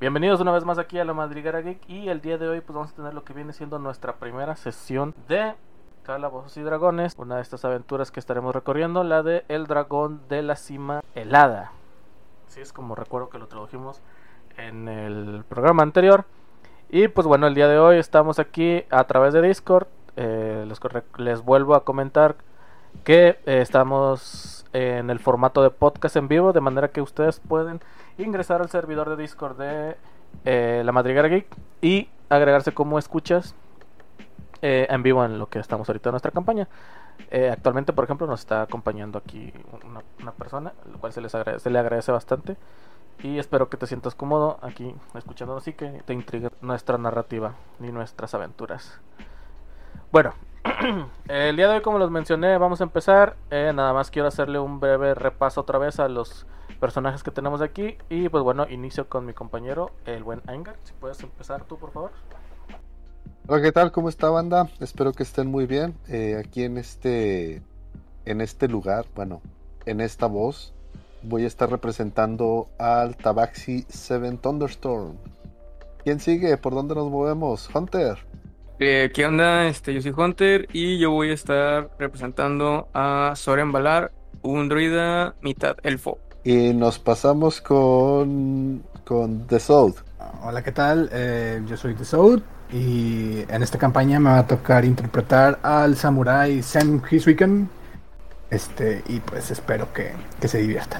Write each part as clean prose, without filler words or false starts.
Bienvenidos una vez más aquí a La Madriguera Geek. Y el día de hoy pues vamos a tener lo que viene siendo nuestra primera sesión de Calabozos y Dragones. Una de estas aventuras que estaremos recorriendo, la de El Dragón de la Cima Helada. Así es como recuerdo que lo tradujimos en el programa anterior. Y pues bueno, el día de hoy estamos aquí a través de Discord. Les vuelvo a comentar que estamos en el formato de podcast en vivo, de manera que ustedes pueden ingresar al servidor de Discord de La Madriguera Geek y agregarse como escuchas en vivo en lo que estamos ahorita en nuestra campaña. Actualmente, por ejemplo, nos está acompañando aquí una persona, lo cual se le agradece bastante. Y espero que te sientas cómodo aquí escuchándonos y que te intrigue nuestra narrativa y nuestras aventuras. Bueno, el día de hoy, como los mencioné, vamos a empezar. Nada más quiero hacerle un breve repaso otra vez a los personajes que tenemos aquí. Y pues bueno, inicio con mi compañero, el buen Aingar. Si puedes empezar tú, por favor. Hola, ¿qué tal? ¿Cómo está, banda? Espero que estén muy bien. Aquí en este lugar, bueno, en esta voz, voy a estar representando al Tabaxi 7 Thunderstorm. ¿Quién sigue? ¿Por dónde nos movemos? Hunter. ¿Qué onda? Yo soy Hunter y yo voy a estar representando a Soren Valar, un druida mitad elfo. Y nos pasamos con The Soul. Hola, ¿qué tal? Yo soy The Soul y en esta campaña me va a tocar interpretar al samurái Sam Hiswiken. Y pues espero que se diviertan.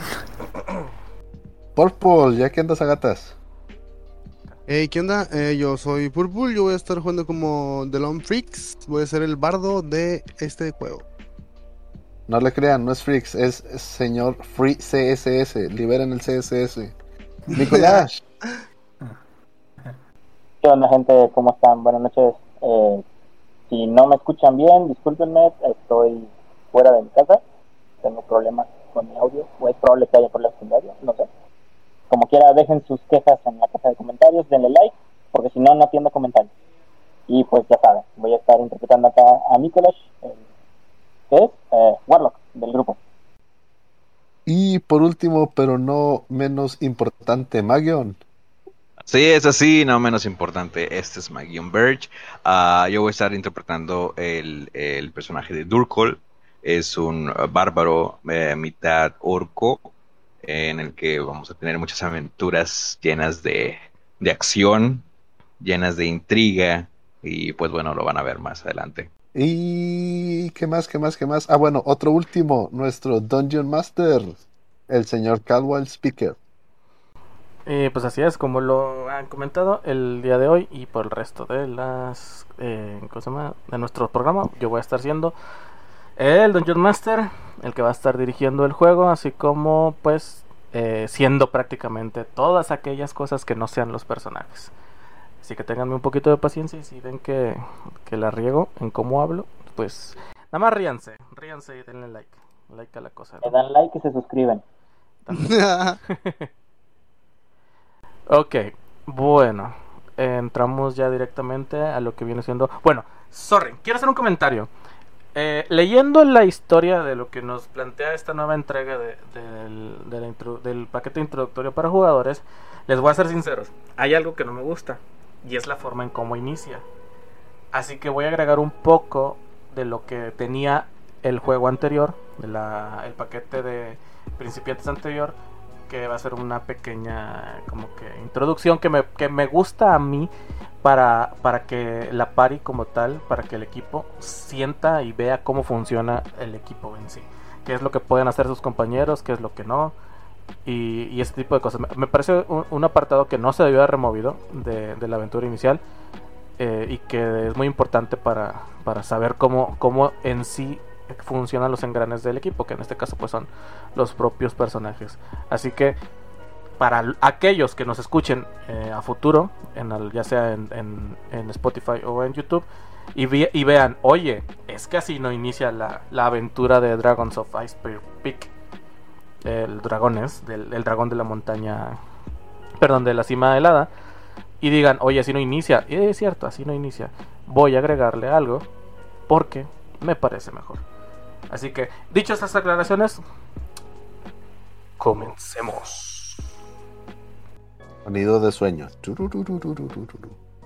Purple, ¿ya que andas a gatas? Hey, ¿qué onda? Yo soy Purple, yo voy a estar jugando como The Lone Freaks, voy a ser el bardo de este juego. No le crean, no es Freaks, es señor Free CSS, liberen el CSS. Nicolás. ¿Qué onda, gente? ¿Cómo están? Buenas noches. Si no me escuchan bien, discúlpenme, estoy fuera de mi casa, tengo problemas con mi audio, o es probable que haya problemas con mi audio, no sé. Como quiera, dejen sus quejas en la caja de comentarios, denle like, porque si no, no atiendo comentarios. Y pues ya saben, voy a estar interpretando acá a Nicolás, que es Warlock del grupo. Y por último, pero no menos importante, Magion. Sí, es así, no menos importante. Este es Magion Verge. Yo voy a estar interpretando el personaje de Durkol. Es un bárbaro mitad orco, en el que vamos a tener muchas aventuras llenas de acción, llenas de intriga. Y pues bueno, lo van a ver más adelante. ¿Y qué más? Ah, bueno, otro último, nuestro Dungeon Master, el señor Caldwell Speaker. Pues así es, como lo han comentado el día de hoy y por el resto de las de nuestro programa, yo voy a estar siendo el Dungeon Master, el que va a estar dirigiendo el juego, así como pues siendo prácticamente todas aquellas cosas que no sean los personajes. Así que ténganme un poquito de paciencia y si ven que la riego en cómo hablo, pues nada más ríanse y denle like a la cosa, ¿no? Le dan like y se suscriben. Ok, bueno, entramos ya directamente a lo que viene siendo... Bueno, quiero hacer un comentario. Leyendo la historia de lo que nos plantea esta nueva entrega del paquete introductorio para jugadores, les voy a ser sinceros, hay algo que no me gusta y es la forma en cómo inicia. Así que voy a agregar un poco de lo que tenía el juego anterior, el paquete de principiantes anterior, que va a ser una pequeña como que introducción que me gusta a mí para que la party como tal, para que el equipo sienta y vea cómo funciona el equipo en sí, qué es lo que pueden hacer sus compañeros, qué es lo que no, y ese tipo de cosas. Me parece un apartado que no se debió haber removido de la aventura inicial, y que es muy importante para saber cómo en sí funcionan los engranes del equipo, que en este caso pues son los propios personajes. Así que para aquellos que nos escuchen a futuro, ya sea en Spotify o en YouTube, y vean, oye, es que así no inicia la aventura de Dragons of Iceberg Peak, el dragón de la montaña, perdón, de la cima helada, y digan, oye, así no inicia. Y es cierto, así no inicia. Voy a agregarle algo porque me parece mejor. Así que, dicho estas aclaraciones, comencemos. Sonido de sueño. Turururururururu.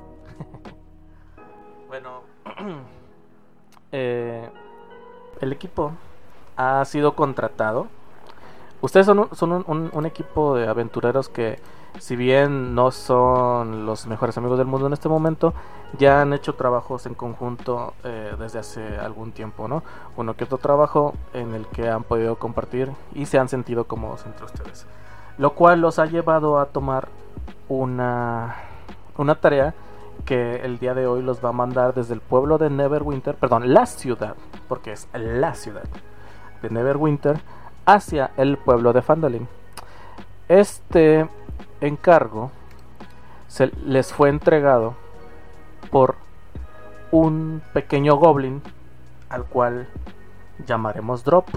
Bueno, el equipo ha sido contratado. Ustedes son un equipo de aventureros que, si bien no son los mejores amigos del mundo en este momento, ya han hecho trabajos en conjunto desde hace algún tiempo, ¿no? Uno que otro trabajo en el que han podido compartir y se han sentido cómodos entre ustedes. Lo cual los ha llevado a tomar una tarea que el día de hoy los va a mandar desde el pueblo de Neverwinter, perdón, la ciudad, porque es la ciudad de Neverwinter, hacia el pueblo de Phandalin. Este encargo se les fue entregado por un pequeño goblin al cual llamaremos Drop,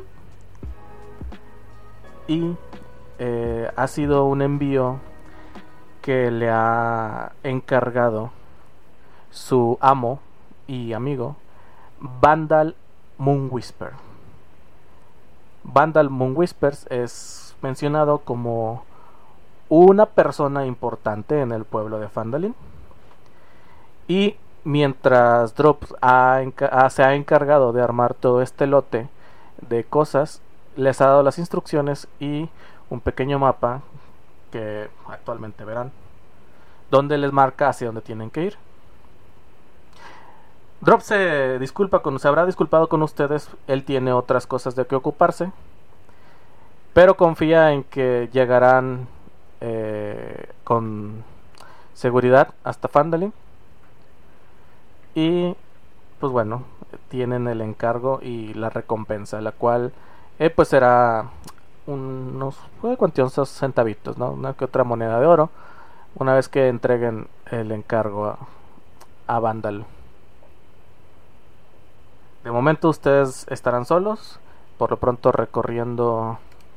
y ha sido un envío que le ha encargado su amo y amigo Vandal Moonwhisper. Vandal Moonwhispers es mencionado como una persona importante en el pueblo de Phandalin, y mientras Drop se ha encargado de armar todo este lote de cosas, les ha dado las instrucciones y un pequeño mapa que actualmente verán, donde les marca hacia dónde tienen que ir. Drop se habrá disculpado con ustedes. Él tiene otras cosas de que ocuparse, pero confía en que llegarán con seguridad hasta Phandalin. Y pues bueno, tienen el encargo y la recompensa, la cual pues será unos cuantiosos centavitos, ¿no? Una que otra moneda de oro, una vez que entreguen el encargo a Vandal. De momento ustedes estarán solos, por lo pronto recorriendo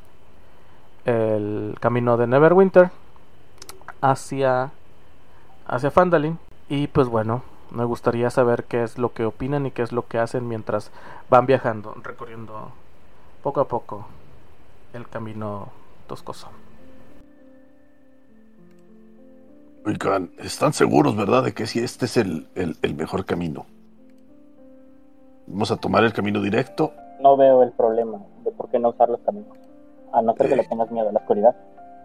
el camino de Neverwinter hacia Phandalin. Y pues bueno, me gustaría saber qué es lo que opinan y qué es lo que hacen mientras van viajando, recorriendo poco a poco el camino toscoso. Oigan, ¿están seguros, verdad, de que si este es el mejor camino? ¿Vamos a tomar el camino directo? No veo el problema de por qué no usar los caminos, a no ser que le tengas miedo a la oscuridad.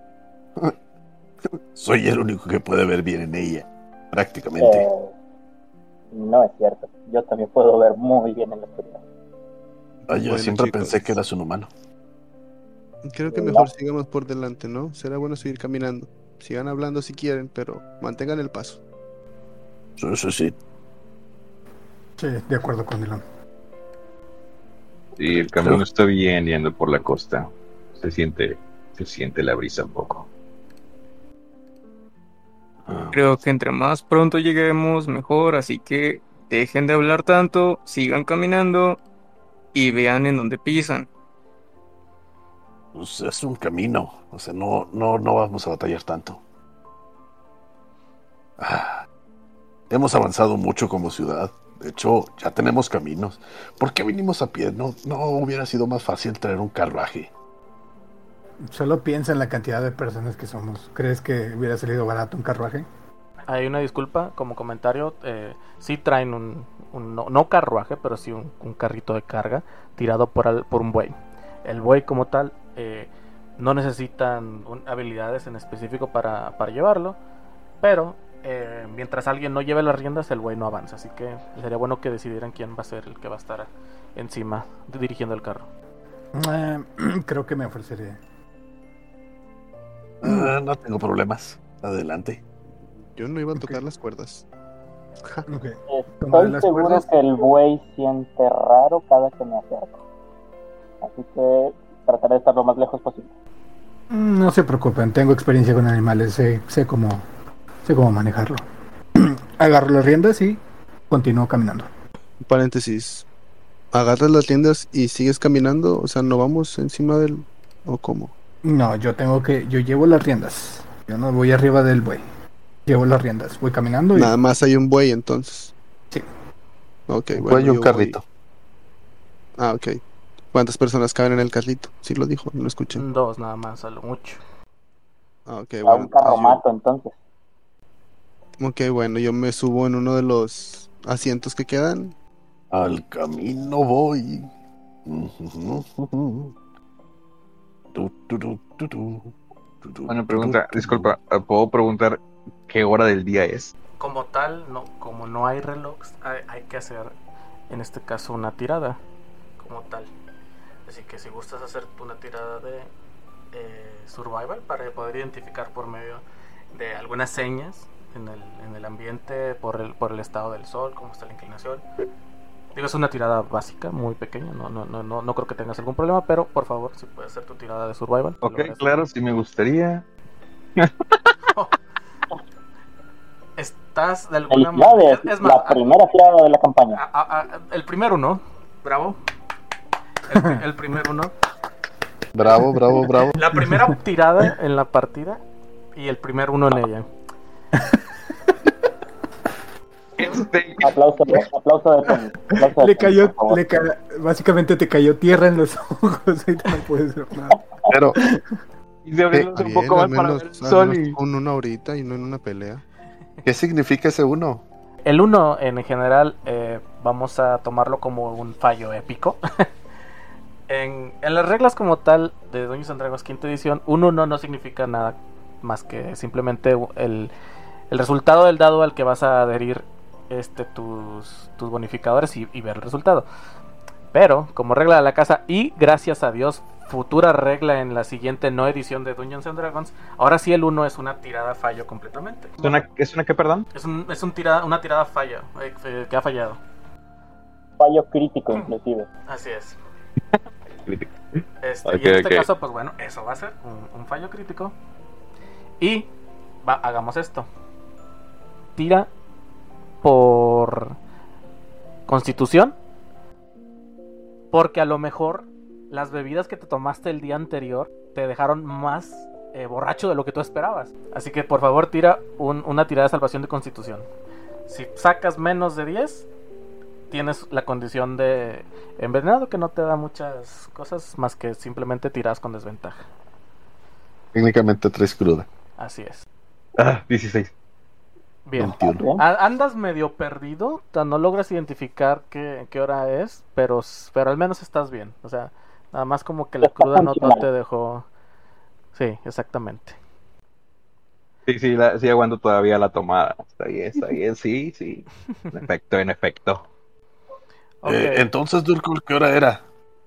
Soy el único que puede ver bien en ella, prácticamente. No es cierto, yo también puedo ver muy bien en la oscuridad. Yo Bueno, siempre chicos, pensé que eras un humano. creo que mejor sigamos por delante, ¿no? Será bueno seguir caminando. Sigan hablando si quieren, pero mantengan el paso. Eso sí. Sí, de acuerdo con Elon. Sí, el camino está bien yendo por la costa. Se siente la brisa un poco. Creo que entre más pronto lleguemos, mejor. Así que dejen de hablar tanto, sigan caminando y vean en dónde pisan. Pues es un camino, o sea, no vamos a batallar tanto. Hemos avanzado mucho como ciudad. De hecho, ya tenemos caminos. ¿Por qué vinimos a pie? No hubiera sido más fácil traer un carruaje. Solo piensa en la cantidad de personas que somos. ¿Crees que hubiera salido barato un carruaje? Hay una disculpa como comentario. Sí traen no carruaje, pero sí un carrito de carga tirado por un buey. El buey como tal no necesitan habilidades en específico para llevarlo, pero mientras alguien no lleve las riendas, el buey no avanza. Así que sería bueno que decidieran quién va a ser el que va a estar encima dirigiendo el carro. Creo que me ofreceré. No tengo problemas. Adelante. Yo no iba a tocar las cuerdas. Okay. Estoy seguro que el buey siente raro cada que me acerco, así que trataré de estar lo más lejos posible. No se preocupen, tengo experiencia con animales, sé cómo manejarlo. Agarro las riendas y continúo caminando. Paréntesis. ¿Agarras las riendas y sigues caminando? O sea, ¿no vamos encima del...? ¿O cómo? No, yo llevo las riendas. Yo no voy arriba del buey. Llevo las riendas, voy caminando y... Nada más hay un buey entonces. Sí. Ok, Un bueno, buey y un yo carrito. voy. Ok. ¿Cuántas personas caben en el carrito? Sí lo dijo, no lo escuché. 2 nada más, a lo mucho. Ok, A bueno. un carromato, entonces. Ok, bueno, yo me subo en uno de los asientos que quedan. Al camino voy. Una pregunta, disculpa, ¿puedo preguntar qué hora del día es? Como tal, no, como no hay reloj, hay que hacer en este caso una tirada como tal. Así que si gustas hacer una tirada de survival para poder identificar por medio de algunas señas en el ambiente, por el estado del sol, cómo está la inclinación. Digo, es una tirada básica, muy pequeña, no creo que tengas algún problema, pero por favor, si puedes hacer tu tirada de survival. te lo Ok, agradezco. claro, sí me gustaría. Estás de alguna manera. Felicidades, Es más, la primera tirada de la campaña. el primer uno, bravo. El primer uno. Bravo, bravo, bravo. La primera tirada en la partida y el primer uno en ella. Aplauso de Tony. Aplauso de Le Tony, cayó, por favor. básicamente te cayó tierra en los ojos. Ahorita no puedes hacer nada. Pero, Y se abrió Está un bien, poco al más para menos, ver el al sol menos y... con una horita y no en una pelea. ¿qué significa ese uno? El 1 en general vamos a tomarlo como un fallo épico. en las reglas como tal de Dungeons and Dragons quinta edición, un 1 no significa nada más que simplemente el resultado del dado al que vas a adherir tus bonificadores y ver el resultado. Pero como regla de la casa y gracias a Dios futura regla en la siguiente no edición de Dungeons and Dragons, ahora sí el 1 es una tirada fallo completamente. ¿Es una qué, perdón? Es una tirada falla, que ha fallado. Fallo crítico, inclusive. Así es. Crítico. Y Ok, en este ok. caso, pues bueno, eso va a ser un fallo crítico. Y hagamos esto. Tira por Constitución. Porque a lo mejor las bebidas que te tomaste el día anterior te dejaron más borracho de lo que tú esperabas. Así que por favor tira una tirada de salvación de Constitución. Si sacas menos de 10, tienes la condición de envenenado, que no te da muchas cosas más que simplemente tiras con desventaja. Técnicamente 3 cruda. Así es. 16. Bien. 21. Bien. Andas medio perdido, no logras identificar qué hora es, pero al menos estás bien. O sea, nada más como que la Está cruda no funcional. te dejó. Sí, exactamente. Sí, sí aguanto todavía la tomada. Está bien, sí. En efecto. Ok. Entonces, Durkul, ¿qué hora era?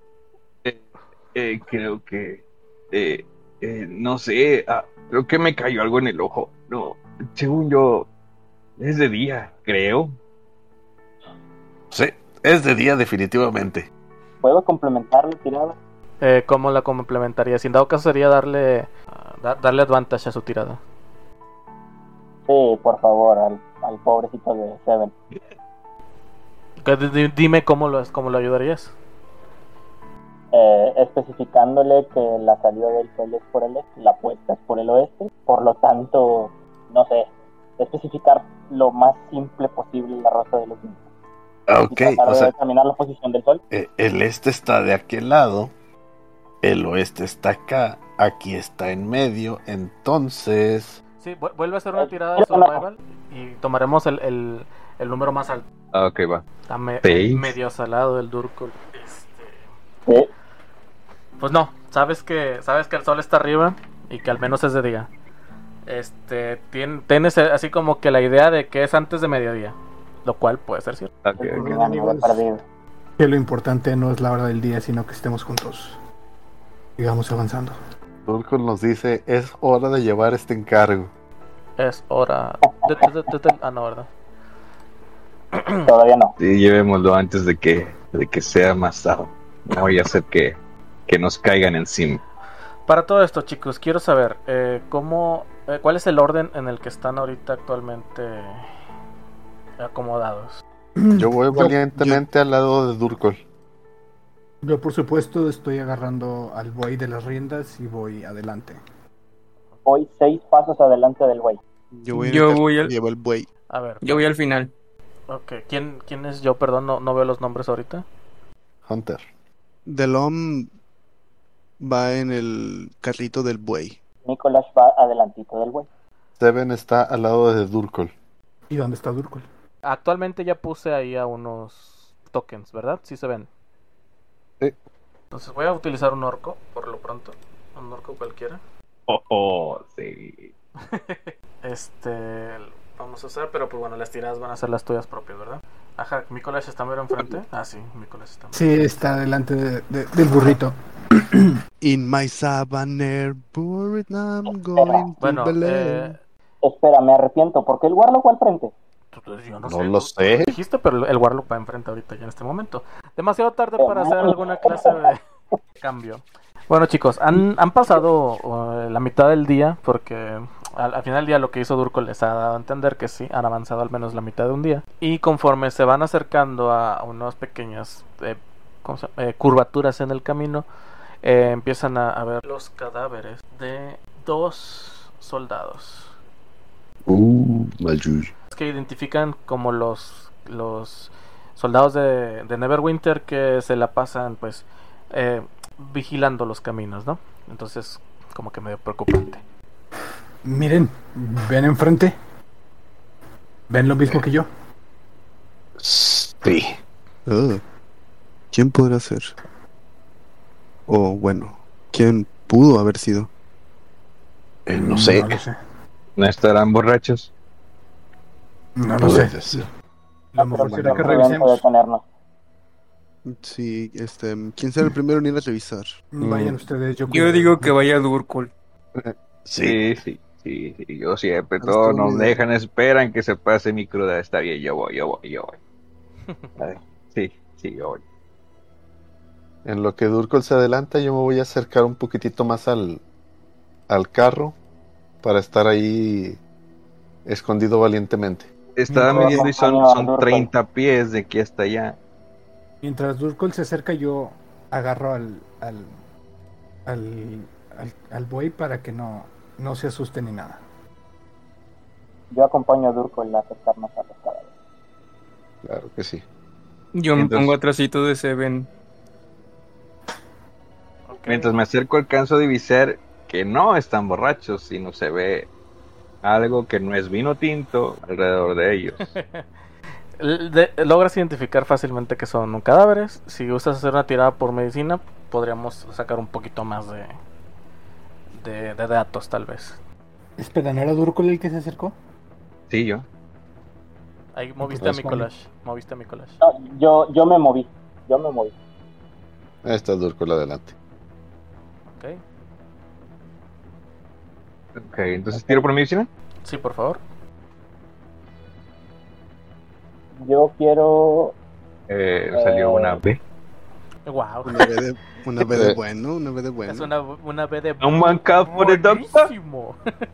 Creo que... no sé, creo que me cayó algo en el ojo. No, según yo, es de día, creo. Sí, es de día definitivamente. ¿Puedo complementar la tirada? ¿Cómo la complementaría? Si en dado caso sería darle advantage a su tirada. Sí, por favor, al pobrecito de Seven. Dime cómo lo ayudarías. Especificándole que la salida del sol es por el este, la puesta es por el oeste, por lo tanto, no sé, especificar lo más simple posible la rosa de los vientos. Ok, Y tratar o de sea, determinar la posición del sol. el este está de aquel lado, el oeste está acá, aquí está en medio, entonces... Sí, vuelve a hacer una tirada de survival y tomaremos el número más alto. Ok, va. Está Seis. medio salado el Durkul. Sí. Pues no, sabes que el sol está arriba y que al menos es de día. Tienes así como que la idea de que es antes de mediodía, lo cual puede ser cierto. Ok. Bien, amigo, amigos. perdido. Que lo importante no es la hora del día, sino que estemos juntos. Sigamos avanzando. Durkul nos dice, es hora de llevar este encargo. Es hora no, ¿verdad? Todavía no. Sí, llevémoslo antes de que sea más tarde. No voy a hacer que nos caigan encima. Para todo esto, chicos, quiero saber cuál es el orden en el que están ahorita actualmente acomodados. Yo voy valientemente al lado de Durkul. Yo, por supuesto, estoy agarrando al buey de las riendas y voy adelante. Voy 6 pasos adelante del güey. Yo voy, llevo el buey. A ver, Yo voy al final. ok, ¿quién es yo? Perdón, no veo los nombres ahorita. Hunter. Delom va en el carrito del buey. Nicolás va adelantito del güey. Seven está al lado de Durkol. ¿Y dónde está Durkul? Actualmente ya puse ahí a unos tokens, ¿verdad? Sí se ven. Sí. Entonces voy a utilizar un orco, por lo pronto. Un orco cualquiera. Sí. Vamos a usar, pero pues bueno, las tiradas van a ser las tuyas propias, ¿verdad? Ajá, ¿Nicolás está mero enfrente? Ah, sí, Nicolás está mero. Sí, está delante del burrito. In my Sabanero buried, I'm going to Bueno, Belén. Espera, me arrepiento, porque el Warlock va al frente. yo No sé, lo tú sé. dijiste, pero el Warlock va enfrente ahorita ya en este momento. Demasiado tarde para hacer alguna clase de cambio. Bueno, chicos, han pasado la mitad del día, porque al final del día lo que hizo Durko les ha dado a entender que sí, han avanzado al menos la mitad de un día. Y conforme se van acercando a unas pequeñas curvaturas en el camino, empiezan a ver los cadáveres de 2 soldados Maljur. que identifican como los soldados de Neverwinter, que se la pasan pues vigilando los caminos, ¿no? Entonces como que medio preocupante. Miren, ven enfrente. ¿Ven lo mismo que yo? Sí. ¿Quién podrá ser? O bueno, ¿quién pudo haber sido? No sé. No lo sé. ¿No estarán borrachos? No lo Puede sé. ser. Lo mejor será que Prudente revisemos. detenernos. Sí, ¿quién será el primero en ir a revisar? Vayan ustedes, yo Yo cuido. digo que vaya Durkul. Sí. Sí. Yo siempre, Ahora todos estuvo nos muy bien. dejan, esperan que se pase mi cruda. Está bien, yo voy. Vale. Sí, yo voy. En lo que Durkol se adelanta, yo me voy a acercar un poquitito más al carro para estar ahí escondido valientemente. Estaba Mientras- midiendo y son Acompaño a 30 pies de aquí hasta allá. Mientras Durkol se acerca, yo agarro al buey para que no se asuste ni nada. Yo acompaño a Durko en acercarnos a los cadáveres. Claro que sí. Yo me Entonces- pongo atrásito de Seven. Ok. Mientras me acerco alcanzo a divisar que no están borrachos, sino se ve algo que no es vino tinto alrededor de ellos. Logras identificar fácilmente que son cadáveres. Si gustas hacer una tirada por medicina, podríamos sacar un poquito más de datos, tal vez. Espera, ¿no era Durkol el que se acercó? Sí, yo. Ahí moviste a Pues, Mikolash. Moviste a Mikolash. No, yo me moví. Ahí está Durkol adelante. Ok. Ok, entonces tiro por medicina. Sí, por favor. Yo quiero... Salió una B. Wow. Una B de bueno, una B de bueno. Es una B de Un man cup for the doctor. buenísimo.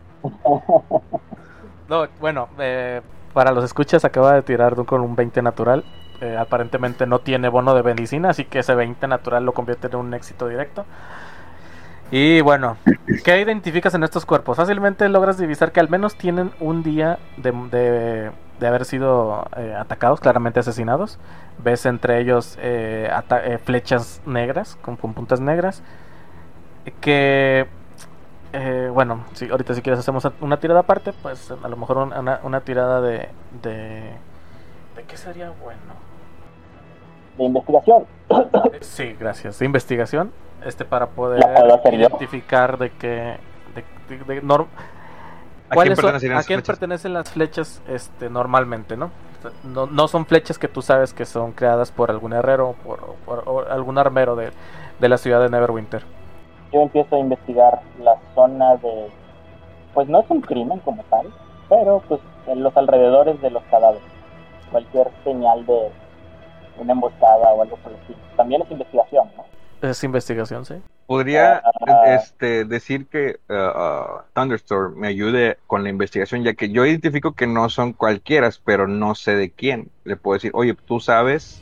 No, bueno, para los escuchas acaba de tirar con un 20 natural. Aparentemente no tiene bono de medicina, así que ese 20 natural lo convierte en un éxito directo. Y bueno, ¿qué identificas en estos cuerpos? Fácilmente logras divisar que al menos tienen un día de haber sido atacados, claramente asesinados. Ves entre ellos flechas negras, con puntas negras. Que, bueno, si ahorita si quieres hacemos una tirada aparte, pues a lo mejor una tirada ¿de qué sería bueno? De investigación. Sí, gracias. De investigación, para poder ¿La puedo hacer yo? identificar de qué, ¿A quién cuáles son, pertenecerían a esas quién flechas? pertenecen las flechas, normalmente, ¿no? No son flechas que tú sabes que son creadas por algún herrero o algún armero de la ciudad de Neverwinter. Yo empiezo a investigar la zona de... Pues no es un crimen como tal, pero pues en los alrededores de los cadáveres. Cualquier señal de una emboscada o algo por el estilo. También es investigación, ¿no? Es investigación, sí. Podría decir que Thunderstorm me ayude con la investigación, ya que yo identifico que no son cualquiera, pero no sé de quién. Le puedo decir, oye, tú sabes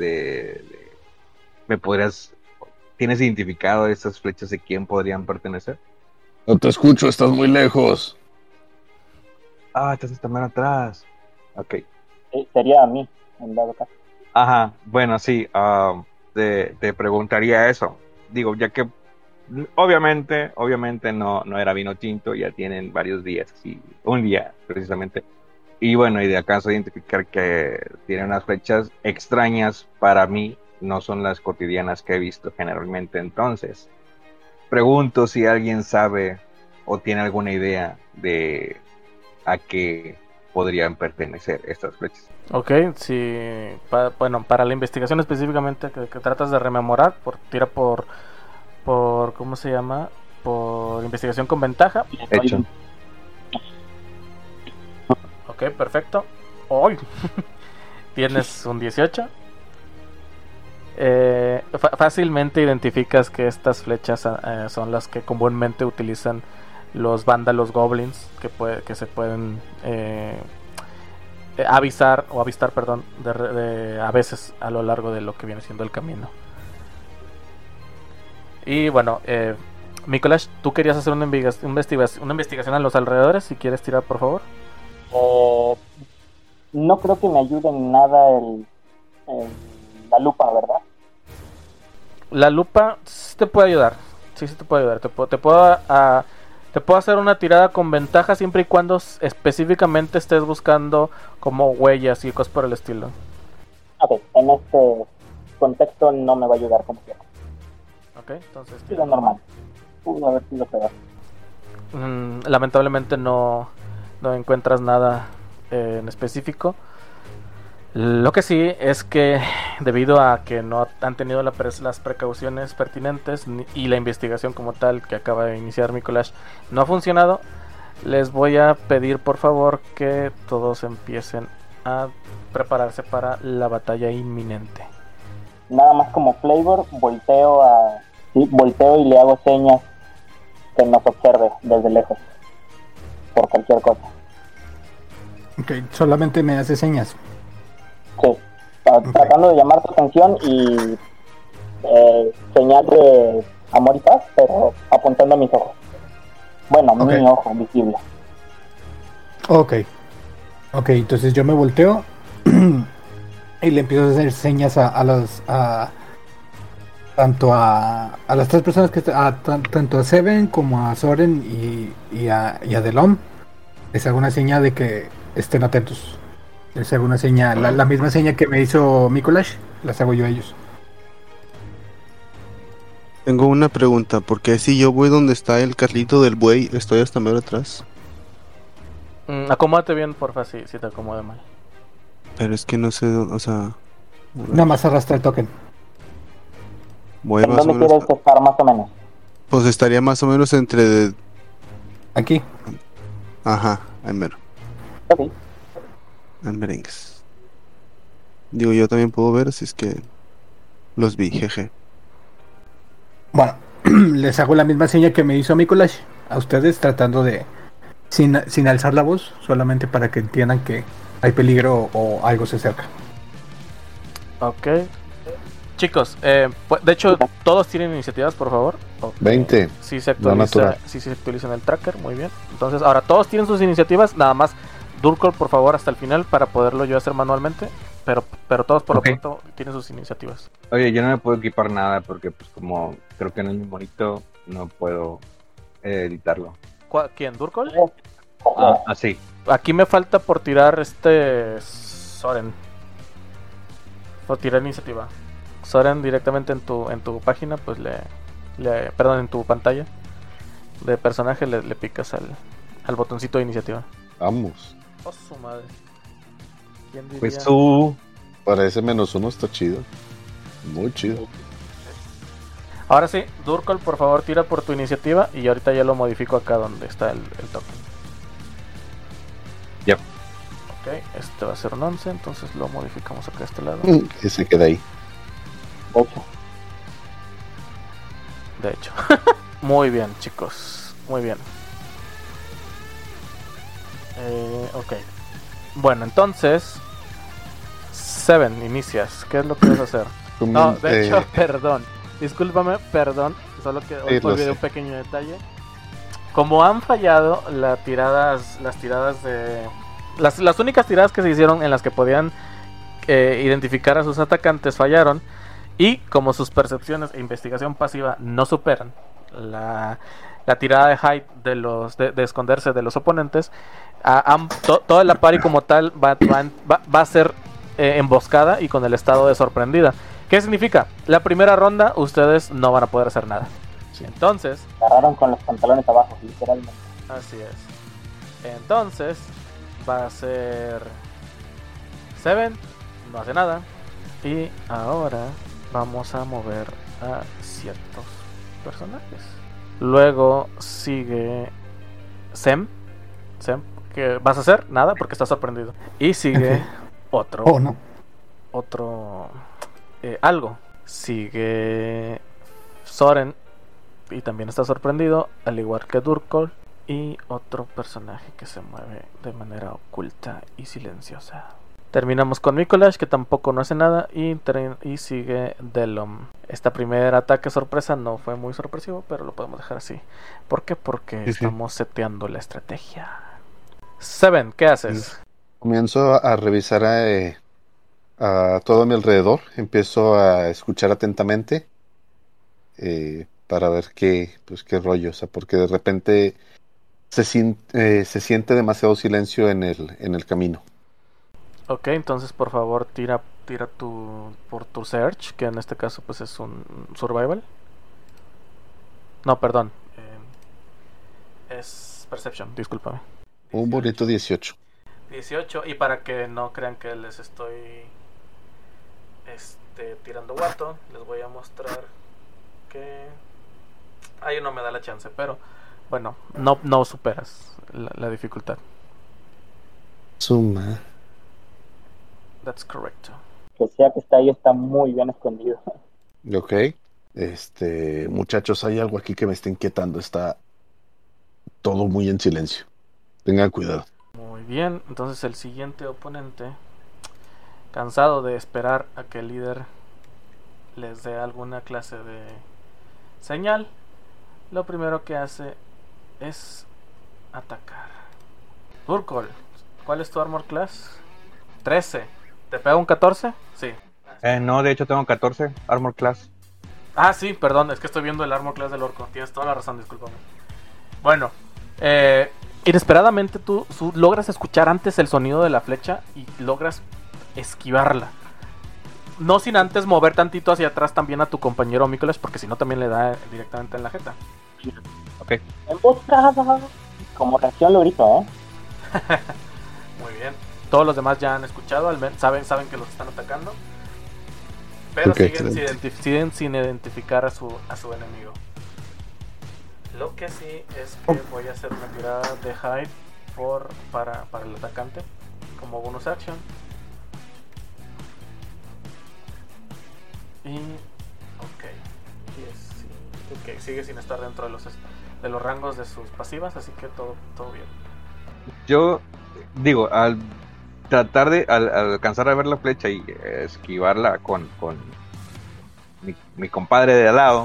¿me podrías... ¿Tienes identificado esas flechas de quién podrían pertenecer? No te escucho, estás muy lejos. Estás hasta más atrás. Ok. Sería a mí, en dado caso. Ajá, bueno, sí, te preguntaría eso. Digo, ya que obviamente no era vino tinto, ya tienen varios días, así, un día precisamente. Y bueno, y de acaso identificar que tienen unas flechas extrañas para mí, no son las cotidianas que he visto generalmente. Entonces, pregunto si alguien sabe o tiene alguna idea de a qué podrían pertenecer estas flechas. Ok, sí. Bueno, para la investigación específicamente que tratas de rememorar, tira por ¿cómo se llama? Por investigación con ventaja. Hecho. Ok, perfecto. ¡Ay! Tienes un 18. Fácilmente identificas que estas flechas son las que comúnmente utilizan los vándalos goblins que se pueden avistar, perdón, a veces a lo largo de lo que viene siendo el camino. Y bueno, Mikolash, tú querías hacer una investigación a los alrededores. Si quieres tirar, por favor. No creo que me ayude en nada la lupa, ¿verdad? La lupa sí te puede ayudar. Sí te puede ayudar. Te puedo hacer una tirada con ventaja siempre y cuando específicamente estés buscando como huellas y cosas por el estilo. Ok, en este contexto no me va a ayudar como quiera. Ok, entonces... Sí, lo normal. Pudo haber sido peor. Lamentablemente no encuentras nada en específico. Lo que sí es que debido a que no han tenido las precauciones pertinentes y la investigación como tal que acaba de iniciar Mikolash no ha funcionado, les voy a pedir por favor que todos empiecen a prepararse para la batalla inminente. Nada más como flavor, volteo y le hago señas que nos observe desde lejos por cualquier cosa. Ok, solamente me hace señas. Sí, tratando de llamar tu atención y señal de amor y paz, pero apuntando a mis ojos. Bueno, mi ojo visible. Ok, entonces yo me volteo y le empiezo a hacer señas tanto a las tres personas tanto a Seven como a Soren y a Delom. Les hago una seña de que estén atentos. Les hago una seña, la misma seña que me hizo Mikolash, las hago yo a ellos. Tengo una pregunta, porque si yo voy donde está el carrito del buey, estoy hasta medio atrás. Acomódate bien, porfa, si te acomoda mal. Pero es que no sé, o sea... Nada más arrastra el token. Voy ¿En más o dónde menos... quieres estar más o menos? Pues estaría más o menos entre... Aquí. Ajá, ahí mero. Ok. En merengues. Digo, yo también puedo ver, así es que los vi, jeje. Bueno, les hago la misma seña que me hizo Mikolash a ustedes, tratando de sin alzar la voz, solamente para que entiendan que hay peligro o algo se acerca. Ok. Chicos, de hecho, todos tienen iniciativas, por favor. Okay. 20. Sí se actualiza en el tracker, muy bien. Entonces, ahora todos tienen sus iniciativas, nada más Durkol, por favor, hasta el final para poderlo yo hacer manualmente. Pero todos por lo pronto tienen sus iniciativas. Oye, yo no me puedo equipar nada porque pues como creo que no es mi monito, no puedo editarlo. ¿Quién? ¿Durkol? Sí. Aquí me falta por tirar Soren. Por tirar iniciativa. Soren directamente en tu página, pues perdón, en tu pantalla de personaje le picas al botoncito de iniciativa. Vamos. Oh, su madre. ¿Quién diría? Pues tú. Para ese -1 está chido. Muy chido. Ahora sí, Durkol, por favor, tira por tu iniciativa y ahorita ya lo modifico acá donde está el token. Ya. Ok, este va a ser un 11, entonces lo modificamos acá a este lado. Que se queda ahí. 8. De hecho. Muy bien, chicos. Muy bien. Ok. Bueno, entonces Seven, inicias. ¿Qué es lo que vas a hacer? No, de hecho, perdón. Discúlpame, perdón. Solo que hoy olvidé un pequeño detalle. Como han fallado las tiradas de... Las únicas tiradas que se hicieron en las que podían identificar a sus atacantes fallaron. Y como sus percepciones e investigación pasiva no superan, la tirada de hide de esconderse de los oponentes, toda la party como tal va a ser emboscada y con el estado de sorprendida. ¿Qué significa? La primera ronda ustedes no van a poder hacer nada. Entonces, agarraron con los pantalones abajo, literalmente. así es. Entonces va a ser Seven, no hace nada. Y ahora vamos a mover a ciertos personajes. Luego sigue Sem, que vas a hacer nada porque está sorprendido. Y sigue otro. Oh, no. Algo. Sigue Soren y también está sorprendido, al igual que Durkol. Y otro personaje que se mueve de manera oculta y silenciosa. Terminamos con Mikolash, que tampoco no hace nada. Y sigue Delom. Este primer ataque sorpresa no fue muy sorpresivo, pero lo podemos dejar así. ¿Por qué? Porque estamos seteando la estrategia. Seven, ¿qué haces? Comienzo a revisar a todo a mi alrededor. Empiezo a escuchar atentamente para ver qué rollo. O sea, porque de repente se siente demasiado silencio en el camino. Ok, entonces por favor tira por tu search, que en este caso pues es un survival. No, perdón. Es perception, discúlpame. Un bonito 18. 18, y para que no crean que les estoy tirando guato, les voy a mostrar que ahí no me da la chance, pero bueno, no superas la dificultad. Suma. That's correct. Que sea que está ahí está muy bien escondido. Ok. Muchachos, hay algo aquí que me está inquietando. Está todo muy en silencio. Tengan cuidado. Muy bien, entonces el siguiente oponente, cansado de esperar a que el líder les dé alguna clase de señal, lo primero que hace es atacar. Durkol, ¿cuál es tu armor class? 13. ¿Te pega un 14? Sí. No, de hecho tengo 14 armor class. Ah, sí, perdón, es que estoy viendo el armor class del orco. Tienes toda la razón, discúlpame. Bueno, inesperadamente tú logras escuchar antes el sonido de la flecha y logras esquivarla. No sin antes mover tantito hacia atrás también a tu compañero Mikolash, porque si no también le da directamente en la jeta. Ok. Emboscada. Como reacción lo grito, Muy bien. Todos los demás ya han escuchado, saben que los están atacando. Pero Okay, siguen sin identificar a su enemigo. Lo que sí es que voy a hacer una tirada de hide para el atacante como bonus action. Y ok, sigue sin estar dentro de los rangos de sus pasivas, así que todo bien. Yo digo, al tratar de al alcanzar a ver la flecha y esquivarla con mi compadre de al lado,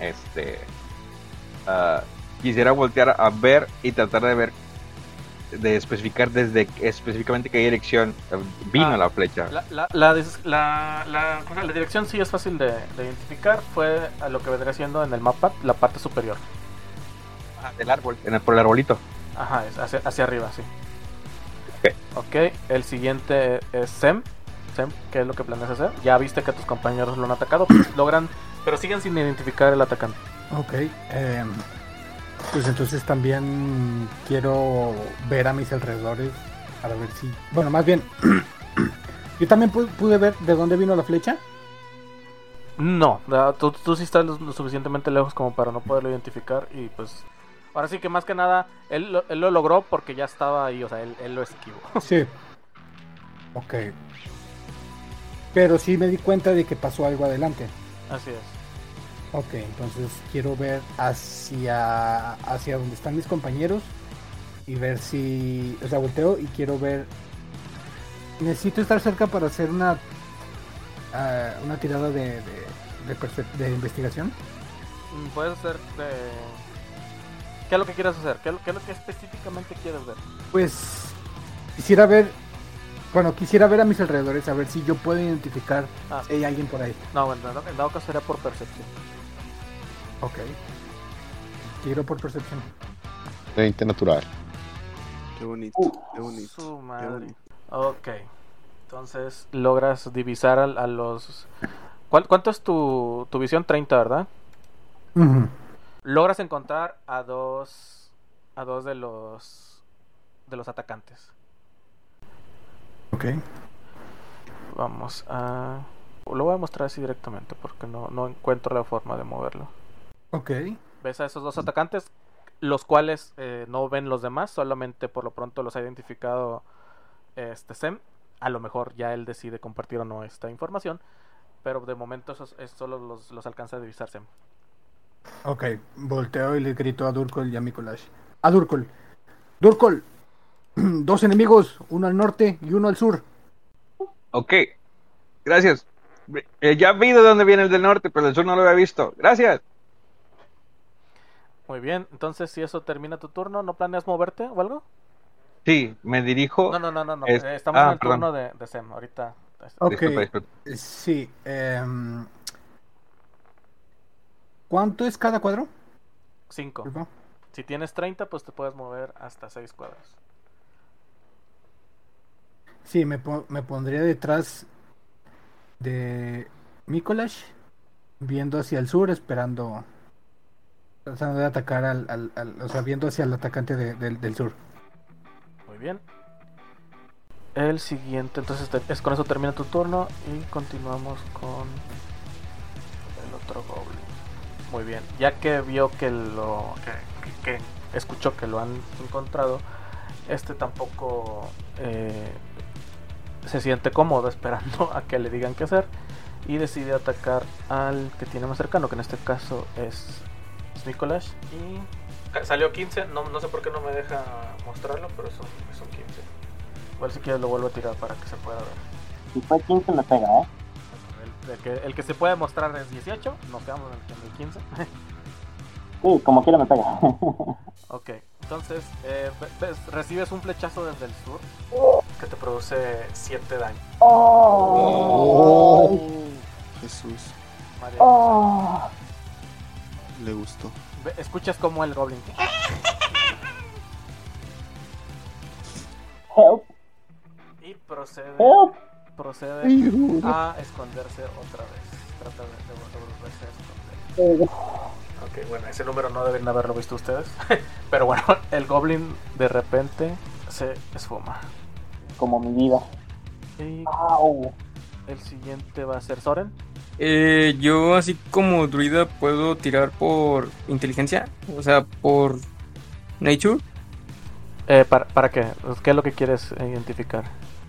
quisiera voltear a ver y tratar de especificar desde específicamente qué dirección vino la flecha. La dirección sí es fácil de identificar. Fue a lo que vendría siendo en el mapa la parte superior. Del árbol, por el arbolito. Ajá, es hacia arriba, sí. Ok, el siguiente es Sem, ¿qué es lo que planeas hacer? Ya viste que tus compañeros lo han atacado, pero siguen sin identificar el atacante. Ok, pues entonces también quiero ver a mis alrededores para ver si... Bueno, más bien, yo también pude ver de dónde vino la flecha. No, tú sí estás lo suficientemente lejos como para no poderlo identificar y pues... Ahora sí que más que nada, él lo logró porque ya estaba ahí, o sea, él lo esquivó. Sí. Ok. Pero sí me di cuenta de que pasó algo adelante. Así es. Ok, entonces quiero ver hacia donde están mis compañeros y ver si... O sea, volteo y quiero ver... Necesito estar cerca para hacer una tirada de investigación. Puedes hacer ¿Qué es lo que quieres hacer? ¿Qué es lo que específicamente quieres ver? Pues quisiera ver a mis alrededores, a ver si yo puedo identificar si hay alguien por ahí. No, bueno, en dado caso sería por percepción. Ok. Tiro por percepción. 20 natural. Qué bonito, qué bonito. Su qué madre. bonito. Ok. Entonces logras divisar a los... ¿Cuánto es tu visión? 30, ¿verdad? Ujú. Logras encontrar a dos de los atacantes. Ok. Vamos a... Lo voy a mostrar así directamente porque no encuentro la forma de moverlo. Ok. Ves a esos dos atacantes, los cuales no ven los demás, solamente por lo pronto los ha identificado Sem. A lo mejor ya él decide compartir o no esta información, pero de momento solo los alcanza a divisar Sem. Ok. Volteo y le grito a Durkol y a Mikolash. A Durkol. Durkol. 2 enemigos, uno al norte y uno al sur. Ok, gracias. Ya vi de dónde viene el del norte, pero el sur no lo había visto. Gracias. Muy bien, entonces si eso termina tu turno, ¿no planeas moverte o algo? Sí, me dirijo. No. Estamos en el Perdón. turno de Sem. Ahorita. Ok. Disculpa. Sí. ¿Cuánto es cada cuadro? 5. Disculpa. Si tienes 30, pues te puedes mover hasta 6 cuadros. Sí, me pondría detrás de Mikolash, viendo hacia el sur, esperando, tratando de atacar o sea, viendo hacia el atacante del sur. Muy bien. El siguiente, entonces con eso termina tu turno y continuamos con el otro goblin. Muy bien, ya que vio que escuchó que lo han encontrado, tampoco se siente cómodo esperando a que le digan qué hacer y decide atacar al que tiene más cercano, que en este caso es Nikolash, y salió 15, no sé por qué no me deja mostrarlo, pero son 15. Igual si quieres lo vuelvo a tirar para que se pueda ver. Si fue 15 me pega, ¿eh? El que se puede mostrar es 18, nos quedamos en el 15. Sí, como quiera me pega. Ok, entonces recibes un flechazo desde el sur que te produce 7 daño. ¡Oh! Jesús, Madre. ¡Oh! le gustó. Escuchas como el goblin Help, y procede help. a esconderse otra vez. Trata de volverse a esconder. Ok, bueno, ese número no deben haberlo visto ustedes. Pero bueno, el goblin de repente se esfuma. Como mi vida. Y ¡Au! el siguiente va a ser Soren. Yo así como druida puedo tirar por inteligencia, o sea, por nature. ¿Para qué? ¿Qué es lo que quieres identificar?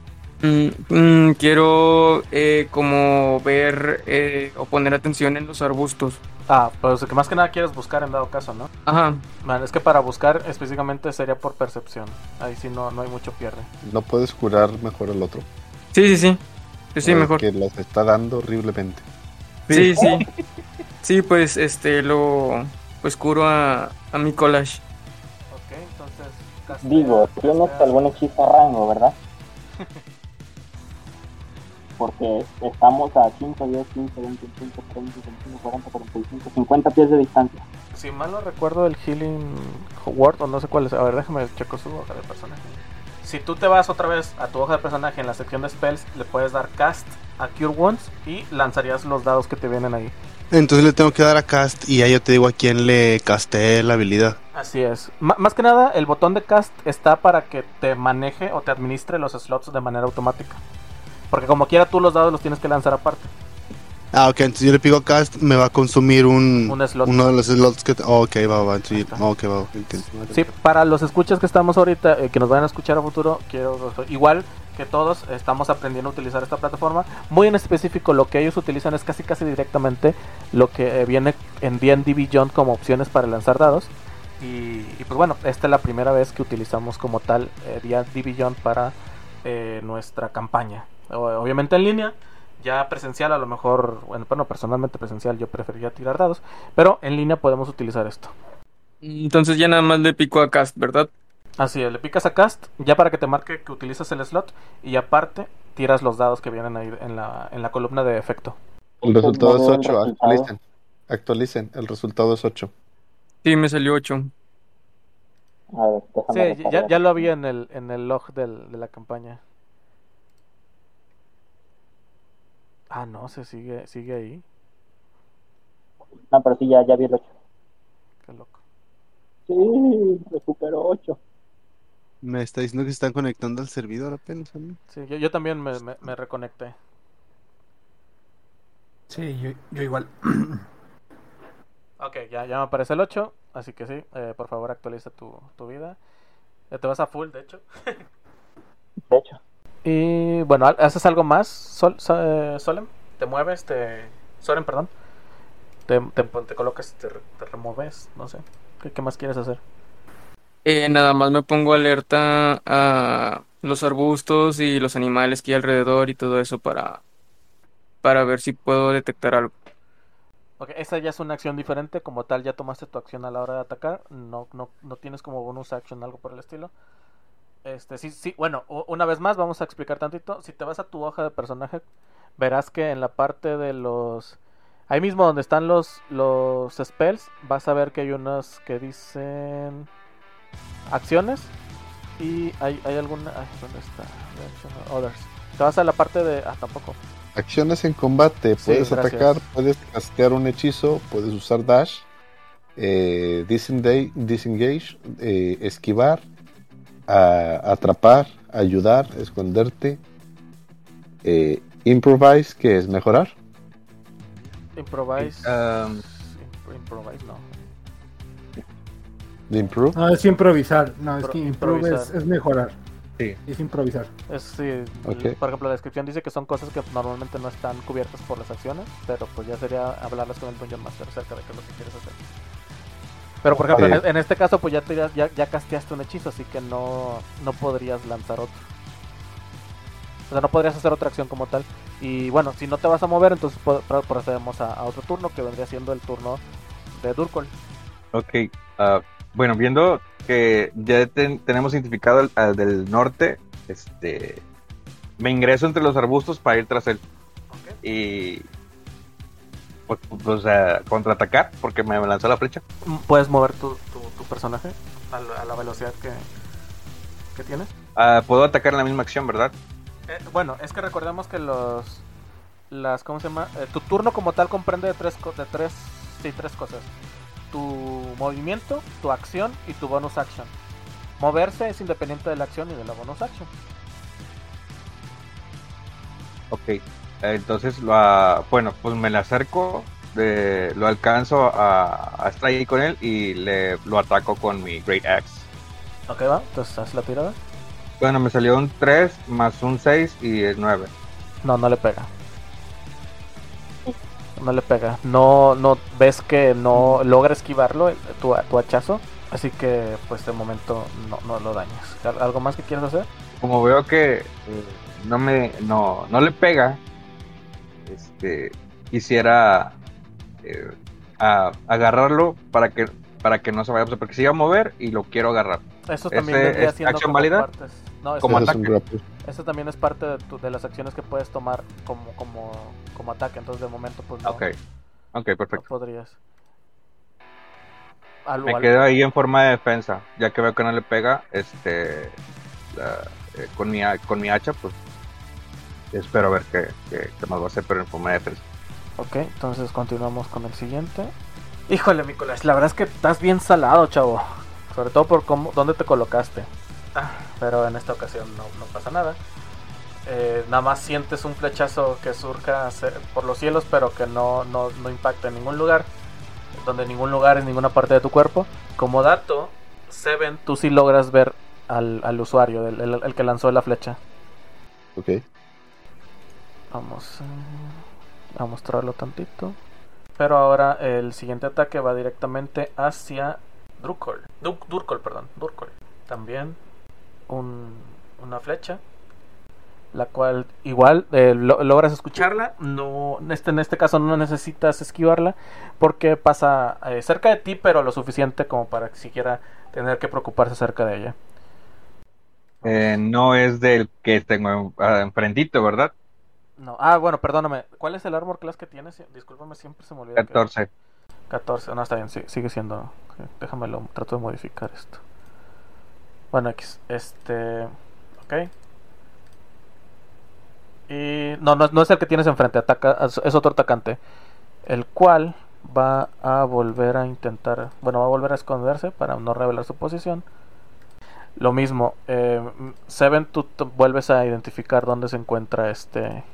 Quiero como ver o poner atención en los arbustos. Pues que más que nada quieres buscar en dado caso, ¿no? Ajá. Vale, es que para buscar específicamente sería por percepción. Ahí sí no hay mucho pierde. ¿No puedes curar mejor al otro? Sí. Sí, mejor. Que los está dando horriblemente. Sí. Sí, pues lo pues curo a mi collage. Ok, entonces Digo, tienes algún hechizo a rango, ¿verdad? Porque estamos a 5, 10, 15, 20, 25, 30, 25, 40, 45, 50 pies de distancia. Si mal no recuerdo el Healing Word, o no sé cuál es. A ver, déjame checo su hoja de personaje. Si tú te vas otra vez a tu hoja de personaje en la sección de spells, le puedes dar cast a Cure Wounds y lanzarías los dados que te vienen ahí. Entonces le tengo que dar a cast y ya yo te digo a quién le casté la habilidad. Así es. Más que nada, el botón de cast está para que te maneje o te administre los slots de manera automática. Porque como quiera tú los dados los tienes que lanzar aparte. Ok, entonces yo le pico cast, me va a consumir Un slot. uno de los slots que... ok, va, sí, Ahí está. ok, va, entiendo. Sí, para los escuchas que estamos ahorita, que nos vayan a escuchar a futuro, igual que todos estamos aprendiendo a utilizar esta plataforma. Muy en específico, lo que ellos utilizan es casi directamente lo que viene en D&D Beyond como opciones para lanzar dados. Y pues bueno, esta es la primera vez que utilizamos como tal D&D Beyond para nuestra campaña. Obviamente en línea, ya presencial a lo mejor, bueno, personalmente presencial yo preferiría tirar dados, pero en línea podemos utilizar esto. Entonces ya nada más le pico a cast, ¿verdad? Así es, le picas a cast ya para que te marque que utilizas el slot y aparte tiras los dados que vienen ahí en la columna de efecto. El resultado es No veo el 8, resultado. actualicen, el resultado es 8. Sí, me salió 8. A ver, déjame Sí, recargar. ya lo vi en el log de la campaña. Ah, no, sigue ahí. No, pero sí, ya vi el 8. Qué loco. Sí, recupero 8. Me está diciendo que se están conectando al servidor apenas a mí. Sí, yo también me reconecté. Sí, yo igual. Ok, ya me aparece el 8, así que sí, por favor actualiza tu vida. Ya te vas a full, de hecho. De hecho, Y bueno, ¿haces algo más, Solem? ¿Te mueves? Soren, perdón. Te colocas, te removes, no sé. ¿Qué más quieres hacer? Nada más me pongo alerta a los arbustos y los animales que hay alrededor y todo eso para ver si puedo detectar algo. Ok, esa ya es una acción diferente. Como tal, ya tomaste tu acción a la hora de atacar. No tienes como bonus action algo por el estilo. Sí, bueno, una vez más vamos a explicar tantito. Si te vas a tu hoja de personaje, verás que en la parte de los... Ahí mismo donde están los spells, vas a ver que hay unos que dicen acciones. Y hay alguna... Ay, ¿dónde está? Others. Te vas a la parte de... Ah, tampoco. Acciones en combate, Sí, puedes gracias. atacar, puedes castear un hechizo, puedes usar dash, disengage, esquivar, atrapar, ayudar, esconderte, improvise, que es mejorar. Improvise... Um, Improvise, no. De improve. No, es improvisar. No, es que improve Improvisar. es mejorar. Sí. Es improvisar. Sí, Ok. por ejemplo, la descripción dice que son cosas que normalmente no están cubiertas por las acciones, pero pues ya sería hablarlas con el Dungeon Master acerca de qué es lo que quieres hacer. Pero por ejemplo, Ok. en este caso pues ya casteaste un hechizo, así que no podrías lanzar otro. O sea, no podrías hacer otra acción como tal. Y bueno, si no te vas a mover, entonces procedemos a otro turno, que vendría siendo el turno de Durkol. Ok, bueno, viendo que ya tenemos identificado al del norte, me ingreso entre los arbustos para ir tras él Ok. y pues, contraatacar porque me lanzó la flecha. Puedes mover tu personaje a la velocidad que tienes. Puedo atacar en la misma acción, ¿verdad? Bueno, es que recordemos que ¿cómo se llama? Tu turno como tal comprende de tres cosas. Tu movimiento, tu acción y tu bonus action. Moverse es independiente de la acción y de la bonus action. Ok, entonces bueno, pues me le acerco, lo alcanzo a estar ahí con él y lo ataco con mi Great Axe. Ok, va, entonces haz la tirada. Bueno, me salió un 3 más un 6 y 9. No le pega. No le pega. No ves que no logra esquivarlo tu hachazo. Así que pues de momento no lo dañas. ¿Algo más que quieras hacer? Como veo que no le pega, quisiera agarrarlo para que no se vaya, porque se iba a mover y lo quiero agarrar. Eso también vendría ¿Es siendo acción como válida? partes. No, Como Ese es un ataque. grapple. eso también es parte de las acciones que puedes tomar como ataque. Entonces de momento pues Ok, no perfecto. podrías. Me quedo ahí en forma de defensa, ya que veo que no le pega, con mi hacha, pues espero a ver qué más va a hacer, pero en forma de defensa. Ok, entonces continuamos con el siguiente. Híjole, Nicolás, la verdad es que estás bien salado, chavo. Sobre todo por dónde te colocaste. Pero en esta ocasión no pasa nada. Nada más sientes un flechazo que surca por los cielos, pero que no impacta en ningún lugar. Donde ningún lugar es ninguna parte de tu cuerpo. Como dato, Seven, tú sí logras ver al usuario, el que lanzó la flecha. Ok. Vamos a mostrarlo tantito. Pero ahora el siguiente ataque va directamente hacia Durkol. Durkol. También una flecha. La cual igual logras escucharla. No, en este caso no necesitas esquivarla. Porque pasa cerca de ti, pero lo suficiente como para siquiera tener que preocuparse acerca de ella. No es del que tengo enfrentito, ¿verdad? No, bueno, perdóname. ¿Cuál es el armor class que tienes? Discúlpame, siempre se me olvida. 14. 14, no, está bien, sí, sigue siendo Déjamelo, trato de modificar esto. Bueno, X, ok. Y no es el que tienes enfrente, ataca, es otro atacante, el cual va a volver a intentar, bueno, va a volver a esconderse para no revelar su posición. Lo mismo, Seven, tú vuelves a identificar dónde se encuentra este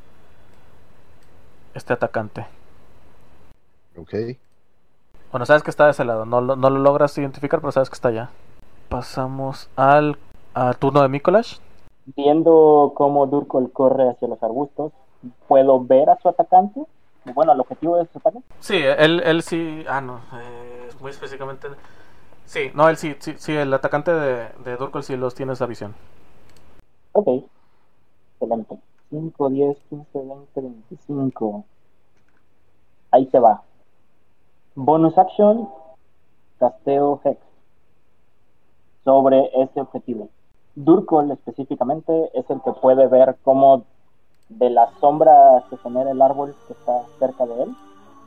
atacante. Ok. Bueno, sabes que está de ese lado, no lo logras identificar, pero sabes que está allá. Pasamos al turno de Mikolash. Viendo cómo Durkol corre hacia los arbustos, ¿puedo ver a su atacante? Bueno, el objetivo de su ataque. Sí, él sí. No, muy específicamente. Sí, no, él sí, el atacante de Durkol sí los tiene esa visión. Ok, excelente. 5, 10, 15, 20, 25. Ahí se va. Bonus action, casteo Hex sobre ese objetivo. Durkol específicamente es el que puede ver cómo de la sombra que genera el árbol que está cerca de él,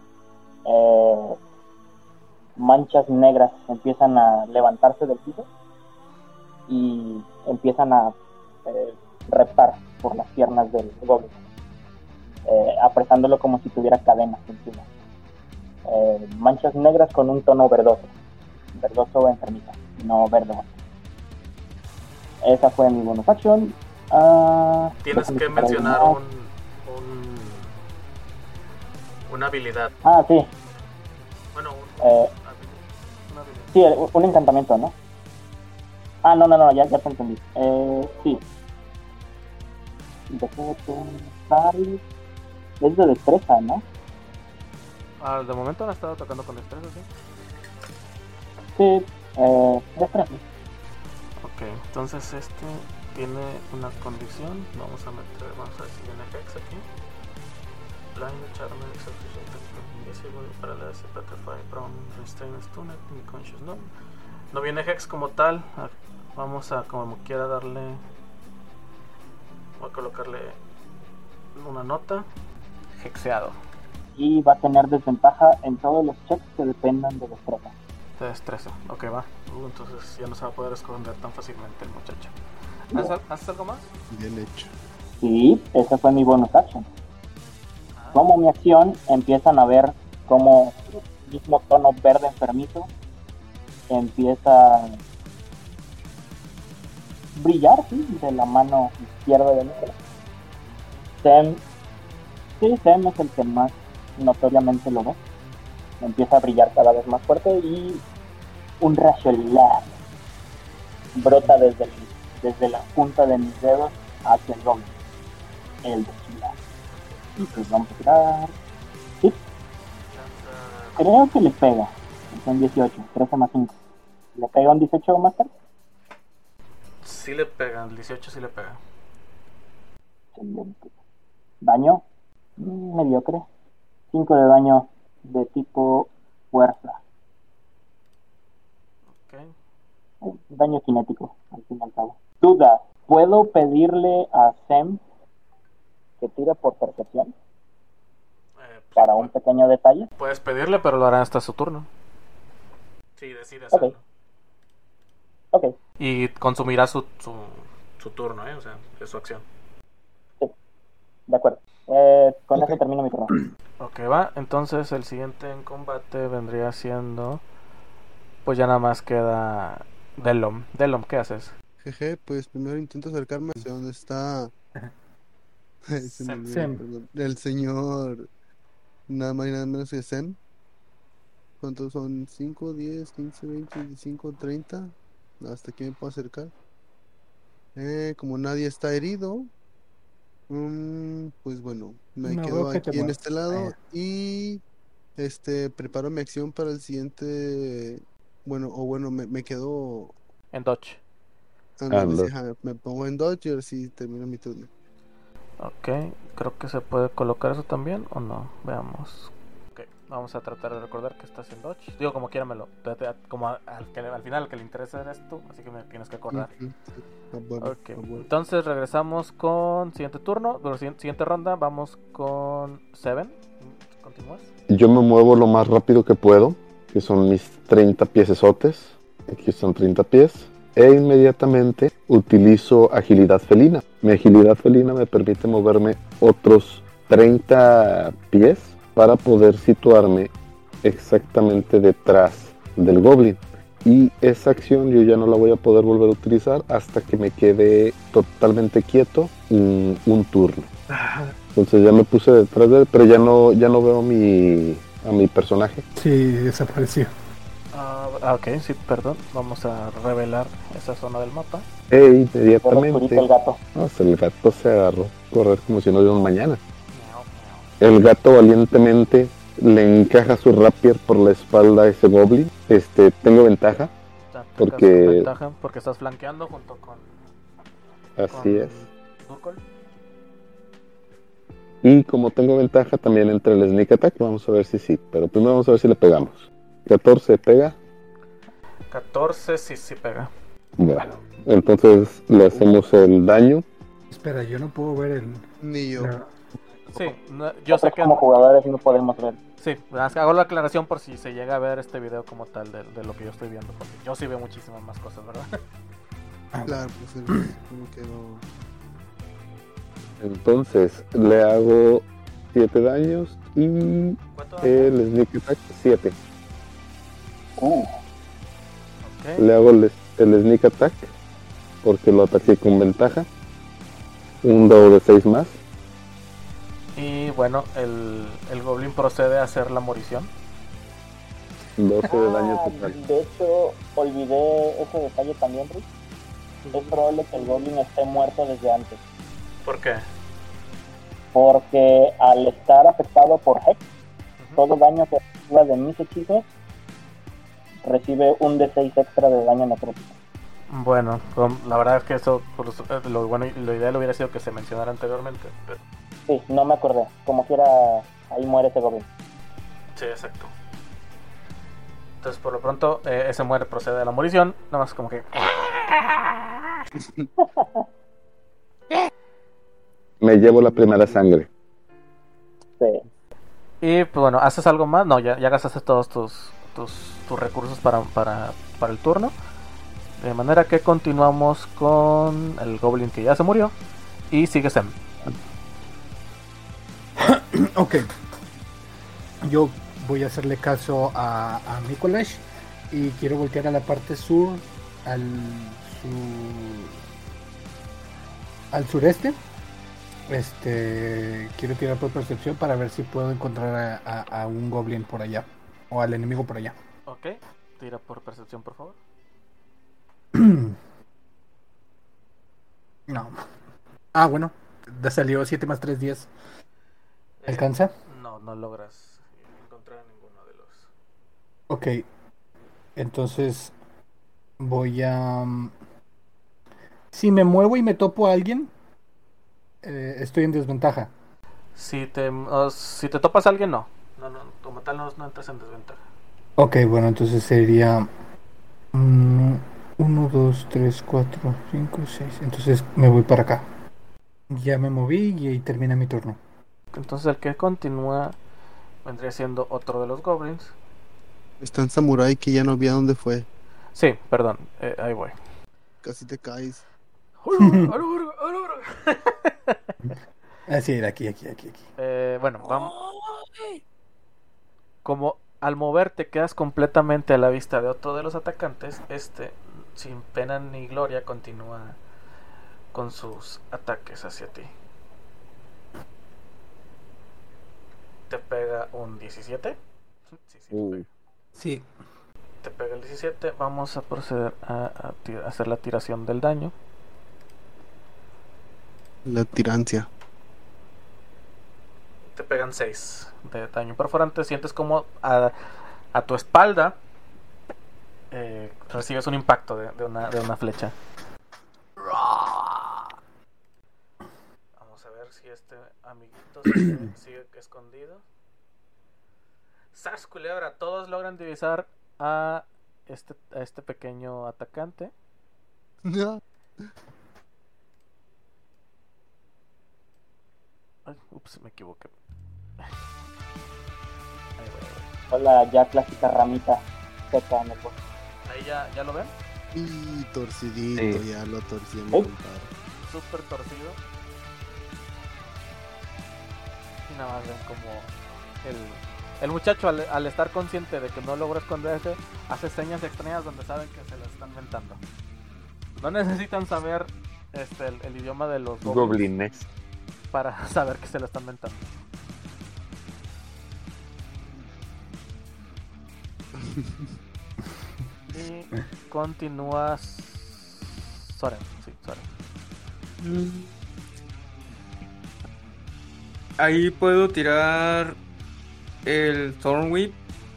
manchas negras empiezan a levantarse del piso y empiezan a reptar por las piernas del goblin, apretándolo como si tuviera cadenas encima. Manchas negras con un tono verdoso enfermizo, no verde. Esa fue mi bonus action. Tienes que mencionar una habilidad. Sí. Bueno, una habilidad. Sí, un encantamiento, ¿no? No, ya te entendí. Sí. Déjame pensar. Es de destreza, ¿no? De momento han estado tocando con destreza, ¿sí? Sí, destreza. Ok, entonces tiene una condición. Vamos a ver si viene Hex aquí. Blind, Charmer, Execution, Invisible, Paralysis, Petrify, Prone, Restrain, Stunned, Unconscious, no viene Hex como tal. Vamos a, como quiera, darle. Voy a colocarle una nota. Hexeado. Y va a tener desventaja en todos los checks que dependan de destreza. De destreza, ok, va. Entonces ya no se va a poder esconder tan fácilmente el muchacho. ¿Haces algo más? Bien hecho. Sí, esa fue mi bonus action. Como mi acción, empiezan a ver como el mismo tono verde enfermizo empieza a brillar, sí, de la mano izquierda de Nicolás. Sam es el que más notoriamente lo ve. Empieza a brillar cada vez más fuerte y un rayo láser brota desde la punta de mis dedos hacia el goblin. El desfilar. Y pues vamos a tirar. Sí. Creo que le pega. Son 18, 13 más 5. ¿Le pega un 18 más tarde? Sí le pegan, el 18 sí le pega. Excelente. Daño mediocre. 5 de daño de tipo fuerza. Ok. Daño cinético, al fin y al cabo. Duda, ¿puedo pedirle a Sam que tire por percepción? Para un pequeño detalle. Puedes pedirle, pero lo hará hasta su turno. Sí, decide hacerlo. Ok. Y consumirá su turno, o sea, es su acción. Sí, de acuerdo. Con eso termino mi turno. Ok, va. Entonces el siguiente en combate vendría siendo... Pues ya nada más queda Delom. Delom, ¿qué haces? Jeje, pues primero intento acercarme hacia donde está el señor, nada más y nada menos que Sem. ¿Cuántos son? 5, 10, 15, 20, 25, 30. ¿Hasta aquí me puedo acercar? Como nadie está herido, pues bueno, me quedo aquí en este lado y preparo mi acción para el siguiente. Bueno, me quedo en dodge. Me pongo en dodge y ahora sí termino mi turno. Ok, creo que se puede colocar eso también o no. Veamos. Ok, vamos a tratar de recordar que estás en dodge. Digo, como quiera como al final al que le interesa eres tú, así que me tienes que acordar. Ok, entonces regresamos con siguiente turno, pero siguiente ronda, vamos con Seven. ¿Continúas? Yo me muevo lo más rápido que puedo que son mis 30 piesesotes. Aquí están 30 pies. E inmediatamente utilizo agilidad felina. Mi agilidad felina me permite moverme otros 30 pies para poder situarme exactamente detrás del goblin. Y esa acción yo ya no la voy a poder volver a utilizar hasta que me quede totalmente quieto un turno. Entonces ya me puse detrás de él, pero ya no veo a mi personaje. Sí, desapareció. Ok, sí, perdón. Vamos a revelar esa zona del mapa. E Fue inmediatamente oscurito el gato. el gato se agarró a correr como si no hubiera un mañana. Miau, miau. El gato valientemente le encaja su rapier por la espalda a ese goblin. Tengo ventaja, Atacas Porque- con ventaja porque estás flanqueando junto con así es. Durkol. Y como tengo ventaja también entre el sneak attack, vamos a ver si sí. Pero primero vamos a ver si le pegamos. 14 pega. 14 sí pega. Bueno, entonces le hacemos el daño. Espera, yo no puedo ver el... Ni yo. la- Sí, yo sé Nosotros que como jugadores no podemos ver. sí, hago la aclaración por si se llega a ver este video como tal de lo que yo estoy viendo, porque yo sí veo muchísimas más cosas, ¿verdad? Claro, pues como que no. Entonces le hago 7 daños y ¿Cuánto? el sneak attack 7. Ok. Le hago el sneak attack porque lo ataqué con ventaja. Un dado de 6 más. Y bueno, el goblin procede a hacer la morición. 12 de daño Ah, total. de hecho, olvidé ese detalle también, Rick. Es probable que el goblin esté muerto desde antes. ¿Por qué? Porque al estar afectado por Hex, todo daño que reciba de mis hechizos recibe un D6 extra de daño necrótico. Bueno, la verdad es que eso, lo bueno y lo ideal hubiera sido que se mencionara anteriormente. Pero... Sí, no me acordé. Como quiera, ahí muere ese goblin. sí, exacto. Entonces, por lo pronto, ese muere procede de la morición. Nada más como que... Me llevo la primera sangre. Sí. Y pues bueno, ¿haces algo más? No, ya gastaste todos tus recursos para el turno. De manera que continuamos con el goblin que ya se murió. Y sigue Sem. Ok. Yo voy a hacerle caso a Mikolash y quiero voltear a la parte sur, al sureste. Quiero tirar por percepción para ver si puedo encontrar a un goblin por allá o al enemigo por allá. Ok, tira por percepción, por favor. No. Ah, bueno. Ya salió 7 más 3, 10. ¿Alcanza? No logras encontrar a ninguno de los... Ok. Entonces voy a... Si me muevo y me topo a alguien, estoy en desventaja. Si te topas a alguien, no. Como tal no entras en desventaja. Ok, bueno, entonces sería 1, 2, 3, 4, 5, 6. Entonces me voy para acá. Ya me moví y ahí termina mi turno. Entonces el que continúa vendría siendo otro de los goblins. Está en Samurai que ya no vi a dónde fue. Sí, perdón, ahí voy. Casi te caes. Sí, de aquí. Bueno, vamos. Como al moverte quedas completamente a la vista de otro de los atacantes, sin pena ni gloria continúa con sus ataques hacia ti. Te pega un 17. Sí, te pega. Sí. Te pega el 17. Vamos a proceder a hacer la tiración del daño. La tirancia. Te pegan 6 de daño perforante. Sientes como a tu espalda recibes un impacto de una flecha. Vamos a ver si este amiguito sigue escondido. ¡Sas, culebra! Todos logran divisar a este pequeño atacante. No. Ay, ups, me equivoqué. Ahí voy. Fue la ya clásica ramita seca en el bosque. Ahí ya lo ven. Y torcidito, Sí. ya lo torcí mi Oh. compadre. Súper torcido. Y nada más ven como el muchacho al estar consciente de que no logra esconderse, hace señas extrañas donde saben que se lo están mentando. No necesitan saber el idioma de los goblins Goblines. para saber que se lo están mentando. Y continúas. Soren, sí, Soren. Ahí puedo tirar el Thorn Whip.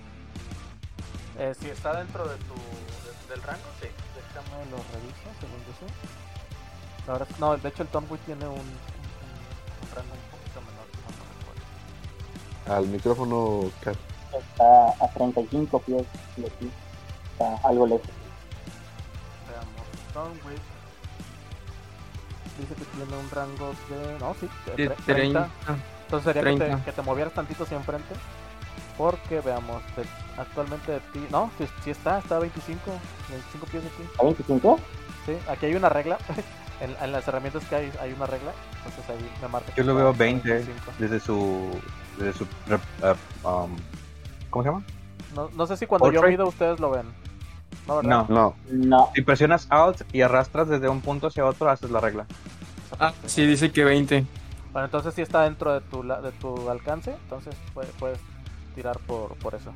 Si está dentro del rango, sí. Déjame lo reviso, según yo sé. Ahora, no, de hecho el Thornwood tiene un rango un poquito menor, no recuerdo. Al micrófono, Kat. Está a 35 pies de aquí. Está algo lejos. Veamos, Thornwood dice que tiene un rango de... No, sí, De 30. 30. Entonces sería 30. que te movieras tantito hacia enfrente. Porque veamos, actualmente de ti... No, sí está a 25 pies de ti. ¿A 25? Sí, aquí hay una regla. En las herramientas que hay una regla. Entonces ahí me marca. Yo lo que veo está a 20 25. desde su ¿cómo se llama? No sé si cuando yo Portrait. mido ustedes lo ven. No, ¿verdad? No. No, No. Si presionas Alt y arrastras desde un punto hacia otro, haces la regla. Ah, sí, dice que 20. Bueno, entonces sí está dentro de tu alcance. Entonces puedes tirar por eso.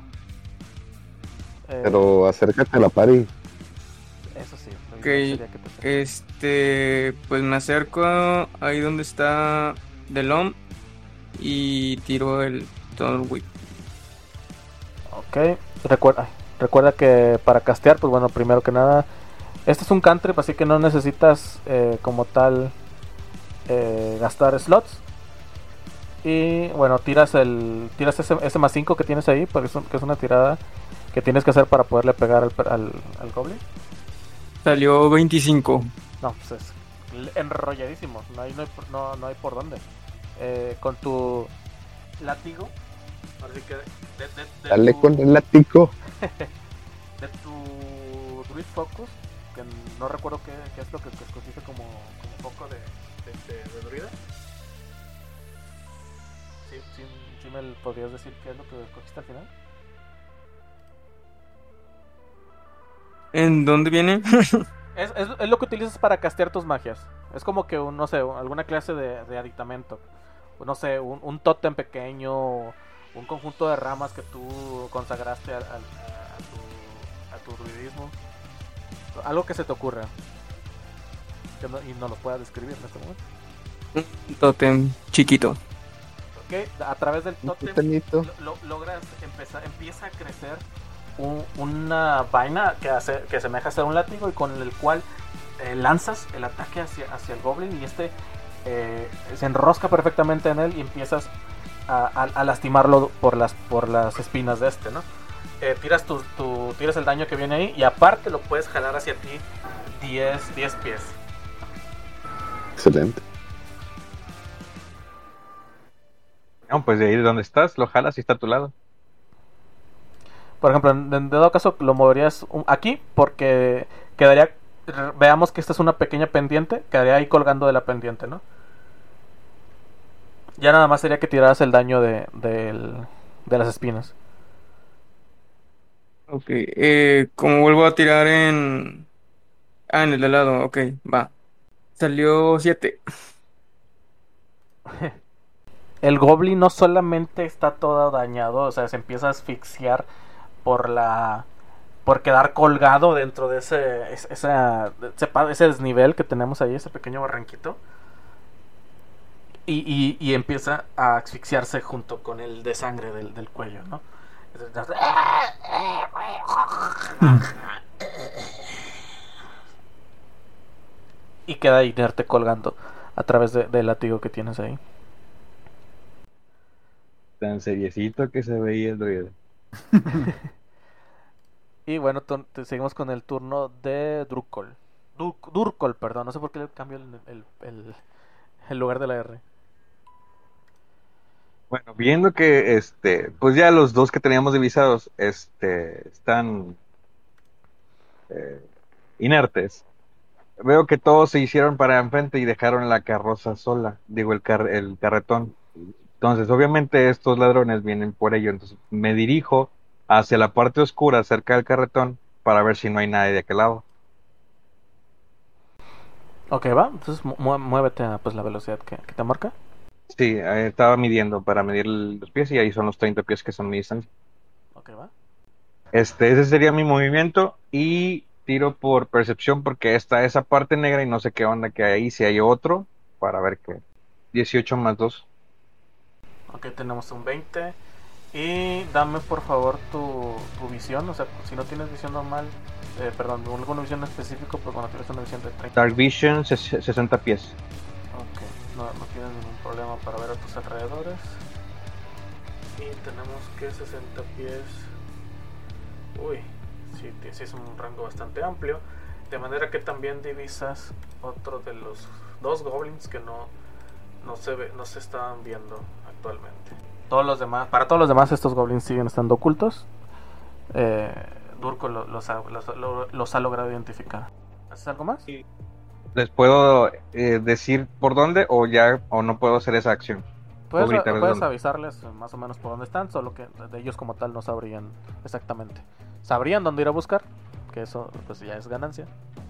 pero acércate a la party. Eso sí. Lo Ok, ideal sería que te acerques. pues me acerco ahí donde está Delom y tiro el Thorn Whip. Ok, recuerda que para castear, pues bueno, primero que nada, este es un cantrip, así que no necesitas como tal gastar slots. Y bueno, tiras ese más 5 que tienes ahí, porque que es una tirada que tienes que hacer para poderle pegar al goblin. Salió 25. No, pues es enrolladísimo, no hay por dónde. Con tu látigo, así que de Dale tu- con el látigo. de tu Druid Focus, que no recuerdo qué es lo que escogiste como foco de druida. Sí, me podrías decir qué es lo que escogiste al final. ¿En dónde viene? Es lo que utilizas para castear tus magias. Es como que, no sé, alguna clase de aditamento. No sé, un tótem pequeño, un conjunto de ramas que tú consagraste a tu druidismo. Algo que se te ocurra. Y no lo puedas describir en este momento. Un tótem chiquito. Ok, a través del Un tótem totemito. logras empieza a crecer una vaina que asemeja a ser un látigo y con el cual lanzas el ataque hacia el goblin y se enrosca perfectamente en él y empiezas a lastimarlo por las espinas de ¿no? Tiras el daño que viene ahí y aparte lo puedes jalar hacia ti 10 pies. Excelente. No, pues de ahí de donde estás, lo jalas y está a tu lado. Por ejemplo, en dado caso lo moverías aquí porque quedaría... Veamos que esta es una pequeña pendiente, quedaría ahí colgando de la pendiente, ¿no? Ya nada más sería que tiraras el daño de las espinas. Ok, como vuelvo a tirar en... Ah, en el de lado, ok, va. Salió 7. El goblin no solamente está todo dañado, o sea, se empieza a asfixiar por quedar colgado dentro de ese desnivel que tenemos ahí, ese pequeño barranquito. Y empieza a asfixiarse junto con el de sangre del cuello, ¿no? Y queda inerte colgando a través del látigo que tienes ahí. Tan seriecito que se veía el druida. Y bueno, seguimos con el turno de Durkol. Durkol, perdón, no sé por qué le cambio el lugar de la R. Bueno, viendo que pues ya los dos que teníamos divisados están eh, inertes. Veo que todos se hicieron para enfrente y dejaron la carroza sola, digo el carretón. Entonces, obviamente estos ladrones vienen por ello, entonces me dirijo hacia la parte oscura cerca del carretón para ver si no hay nadie de aquel lado. Ok, va. Entonces muévete a pues, la velocidad que te marca. Sí, estaba midiendo para medir los pies y ahí son los 30 pies que son mi distancia. Ok, va. Ese sería mi movimiento y tiro por percepción porque está esa parte negra y no sé qué onda que hay ahí, si hay otro, para ver qué. 18 más 2. Ok, tenemos un 20. Y dame por favor tu visión. O sea, si no tienes visión normal, perdón, alguna visión específica, pues bueno, tienes una visión de 30. Dark Vision, 60 pies. Ok, no tienes ningún problema para ver a tus alrededores. Y tenemos que 60 pies. Uy, sí es un rango bastante amplio. De manera que también divisas otro de los dos goblins que no se estaban viendo actualmente. Para todos los demás estos goblins siguen estando ocultos. Durko los ha logrado identificar. ¿Haces algo más? ¿Les puedo decir por dónde o no puedo hacer esa acción? ¿Puedo gritarles Puedes dónde? avisarles más o menos por dónde están, solo que de ellos como tal no sabrían exactamente. Sabrían dónde ir a buscar, que eso pues ya es ganancia.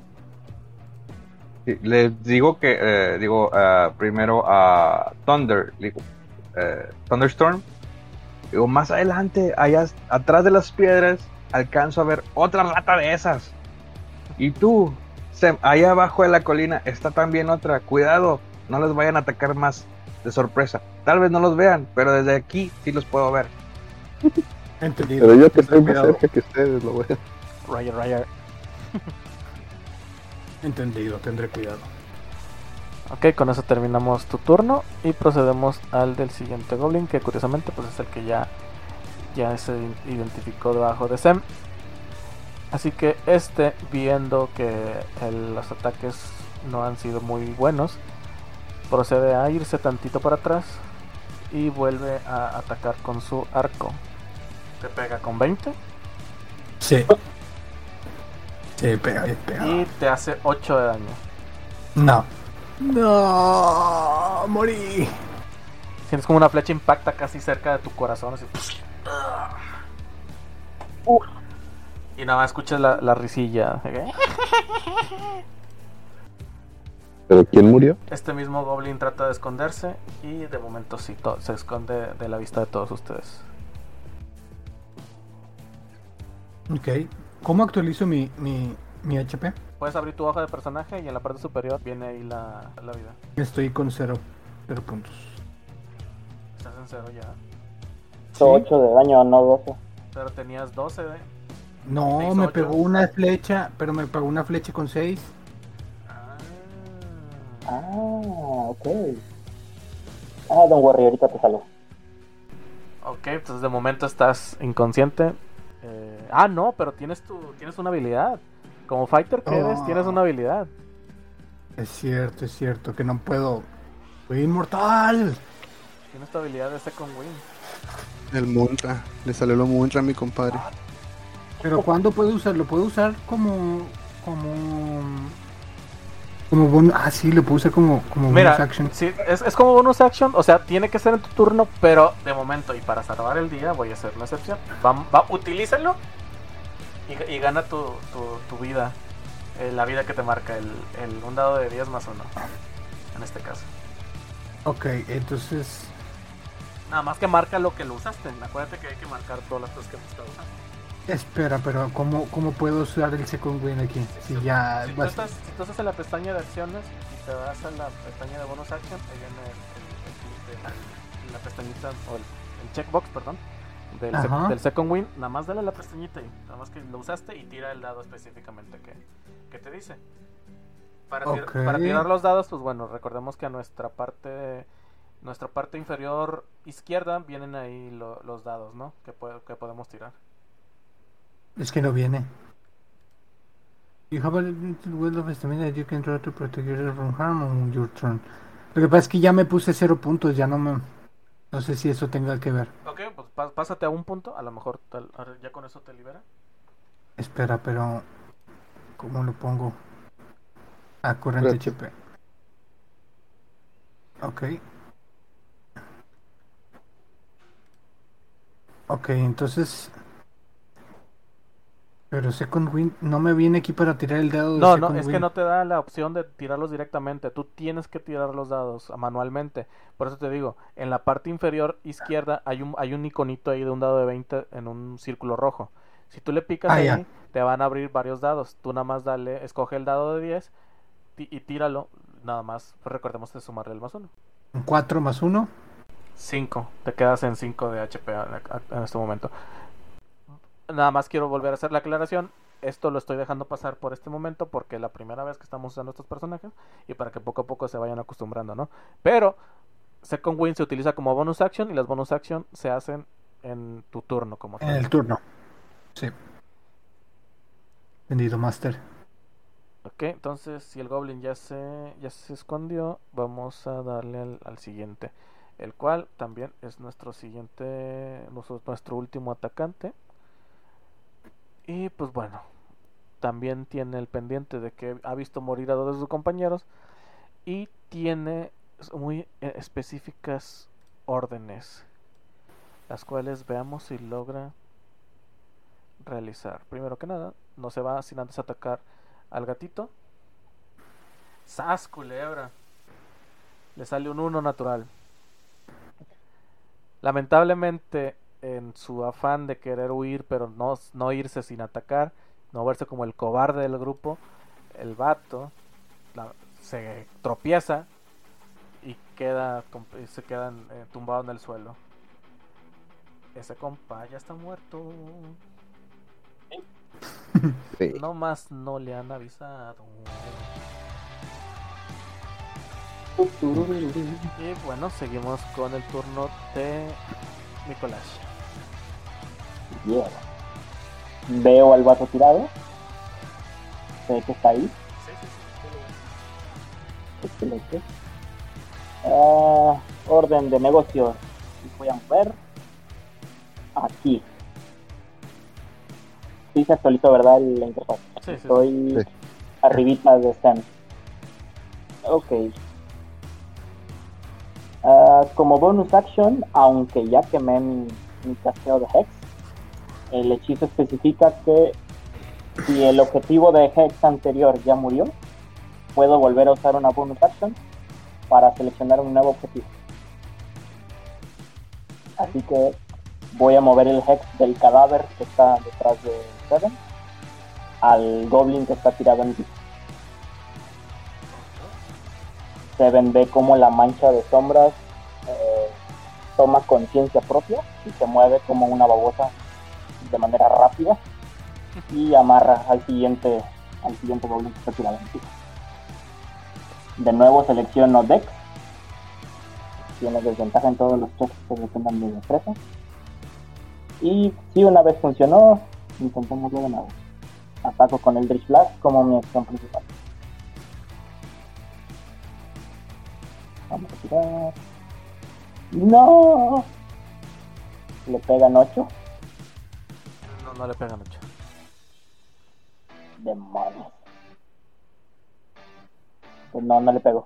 Sí, les digo que primero a Thunderstorm. Digo, más adelante, allá atrás de las piedras, alcanzo a ver otra rata de esas. Y tú, Sem, allá abajo de la colina está también otra. Cuidado, no les vayan a atacar más de sorpresa. Tal vez no los vean, pero desde aquí sí los puedo ver. Entendido. Pero yo que estoy más Cuidado. cerca que ustedes, lo voy a... Roger. Entendido, tendré cuidado. Ok, con eso terminamos tu turno y procedemos al del siguiente goblin, que curiosamente pues es el que ya se identificó debajo de Sem. Así que viendo que los ataques no han sido muy buenos, procede a irse tantito para atrás y vuelve a atacar con su arco. Te pega con 20 Sí. Sí, pega. y te hace 8 de daño. No. No, morí. Sientes como una flecha impacta casi cerca de tu corazón. Así. Y nada más escuchas la risilla. ¿Pero quién murió? Este mismo goblin trata de esconderse y de momento sí, se esconde de la vista de todos ustedes. Ok. ¿Cómo actualizo mi HP? Puedes abrir tu hoja de personaje y en la parte superior viene ahí la vida. Estoy con 0 puntos. Estás en 0 ya. 8 de daño, no 12. Pero tenías 12 de... No, 6, me 8. pegó una flecha, pero me pegó una flecha con 6. Ah, ok. Don't worry, ahorita te salvo. Ok, entonces de momento estás inconsciente. No, pero tienes una habilidad. Como fighter que eres, tienes una habilidad. Es cierto, que no puedo. ¡Soy inmortal! Tienes tu habilidad de Second Wind. El Montra. Le salió lo Montra a mi compadre. Pero ¿cuándo puedo usarlo? ¿Puedo usar como bonus? Ah, sí, lo puedo usar como Mira, bonus action. sí, es como bonus action, o sea, tiene que ser en tu turno, pero de momento y para salvar el día voy a hacer una excepción. Utilízalo y gana tu vida, la vida que te marca, un dado de 10 más 1, en este caso. Ok, entonces... Nada más que marca lo que lo usaste, acuérdate que hay que marcar todas las cosas que hemos estado usando. Espera, pero ¿cómo puedo usar el second win aquí? Si tú estás en la pestaña de acciones y te vas a la pestaña de bonus action, ahí viene la pestañita, o el checkbox, perdón, del second win. Nada más dale a la pestañita y nada más que lo usaste y tira el dado específicamente que te dice. Para tirar los dados, pues bueno, recordemos que a nuestra parte inferior izquierda vienen ahí los dados, ¿no? Que podemos tirar. Es que no viene. You have a limited will of stamina that you can try to protect yourself from harm on your turn. Lo que pasa es que ya me puse 0 puntos, ya no me... No sé si eso tenga que ver. Ok, pues pásate a un punto, a lo mejor ya con eso te libera. Espera, pero ¿cómo lo pongo? Ah, corriente Espérate. HP. Ok. Ok, entonces... Pero Second Wind no me viene aquí para tirar el dado de No, Second es que Wind. no te da la opción de tirarlos directamente. Tú tienes que tirar los dados manualmente. Por eso te digo, en la parte inferior izquierda hay un iconito ahí de un dado de 20 en un círculo rojo. Si tú le picas Ah, ahí, ya. te van a abrir varios dados. Tú nada más escoge el dado de 10 y tíralo. Nada más, pues recordemos de sumarle el más uno. Un 4 más 1. 5. Te quedas en 5 de HP en este momento. Nada más quiero volver a hacer la aclaración. Esto lo estoy dejando pasar por este momento porque es la primera vez que estamos usando estos personajes y para que poco a poco se vayan acostumbrando, ¿no? Pero Second Wind se utiliza como bonus action y las bonus action se hacen en tu turno como En tal. el turno. Sí. Entendido, Master. Ok, entonces si el Goblin ya se escondió, vamos a darle al siguiente, el cual también es nuestro último atacante. Y pues bueno, también tiene el pendiente de que ha visto morir a 2 de sus compañeros y tiene muy específicas órdenes, las cuales veamos si logra realizar. Primero que nada, no se va sin antes atacar al gatito. ¡Sas, culebra! Le sale un 1 natural. Lamentablemente, en su afán de querer huir, pero no irse sin atacar, no verse como el cobarde del grupo, el vato se tropieza y se queda tumbado en el suelo. Ese compa ya está muerto. Sí. No más no le han avisado. Y bueno, seguimos con el turno de Nicolás. Yeah. Veo al vato tirado. Sé que está ahí. Excelente. Orden de negocios. Voy a mover aquí. Sí se actualizó, ¿verdad? La interfaz. Sí. Estoy Sí. arribita de Stan. Ok. Como bonus action, aunque ya quemé mi casteo de Hex, el hechizo especifica que si el objetivo de Hex anterior ya murió, puedo volver a usar una bonus action para seleccionar un nuevo objetivo. Así que voy a mover el Hex del cadáver que está detrás de Seven al Goblin que está tirado en el piso. Seven ve como la mancha de sombras toma conciencia propia y se mueve como una babosa de manera rápida y amarra al siguiente Goblin que está tirado en el piso. De nuevo selecciono Dex. Tiene desventaja en todos los checks que dependan de destreza. Y si una vez funcionó, intentémoslo de nuevo. Ataco con el Eldritch Blast como mi acción principal. Vamos a tirar. ¡No! Le pegan 8. No le pega mucho. Demonios. Pues no le pego.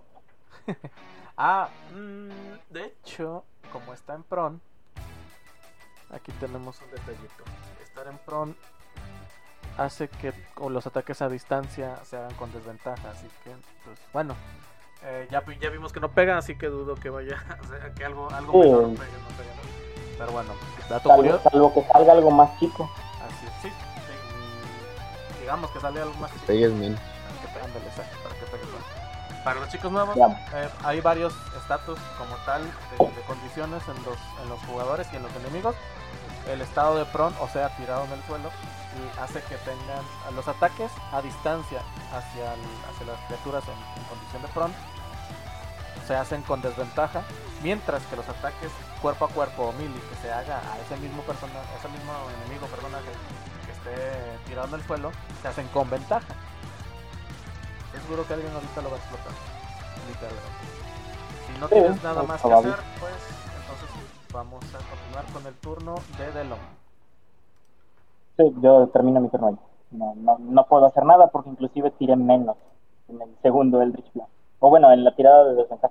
De hecho, como está en Prone, aquí tenemos un detallito. Estar en Prone hace que los ataques a distancia se hagan con desventaja, así que, pues bueno, ya vimos que no pegan, así que dudo que vaya, o sea, que algo Sí. menor no pegue, ¿no? Pero bueno, dato curioso. Salvo que salga algo más chico. Así es, sí. Digamos que sale algo más chico. Pegues menos. Ándale, exacto, para que pegue más. Para los chicos nuevos, Ya. hay varios estatus como tal de condiciones en los jugadores y en los enemigos. El estado de prone, o sea, tirado en el suelo, y hace que tengan los ataques a distancia hacia las criaturas en condición de prone se hacen con desventaja, mientras que los ataques cuerpo a cuerpo o melee que se haga a ese mismo enemigo personaje que esté tirado en el suelo se hacen con ventaja. Estoy seguro que alguien ahorita lo va a explotar, literalmente. Si no tienes nada más que hacer, pues entonces vamos a continuar con el turno de Delon. Sí, yo termino mi turno ahí. No puedo hacer nada porque inclusive tiré menos en el segundo Eldritch Blast. O bueno, en la tirada de desventaja.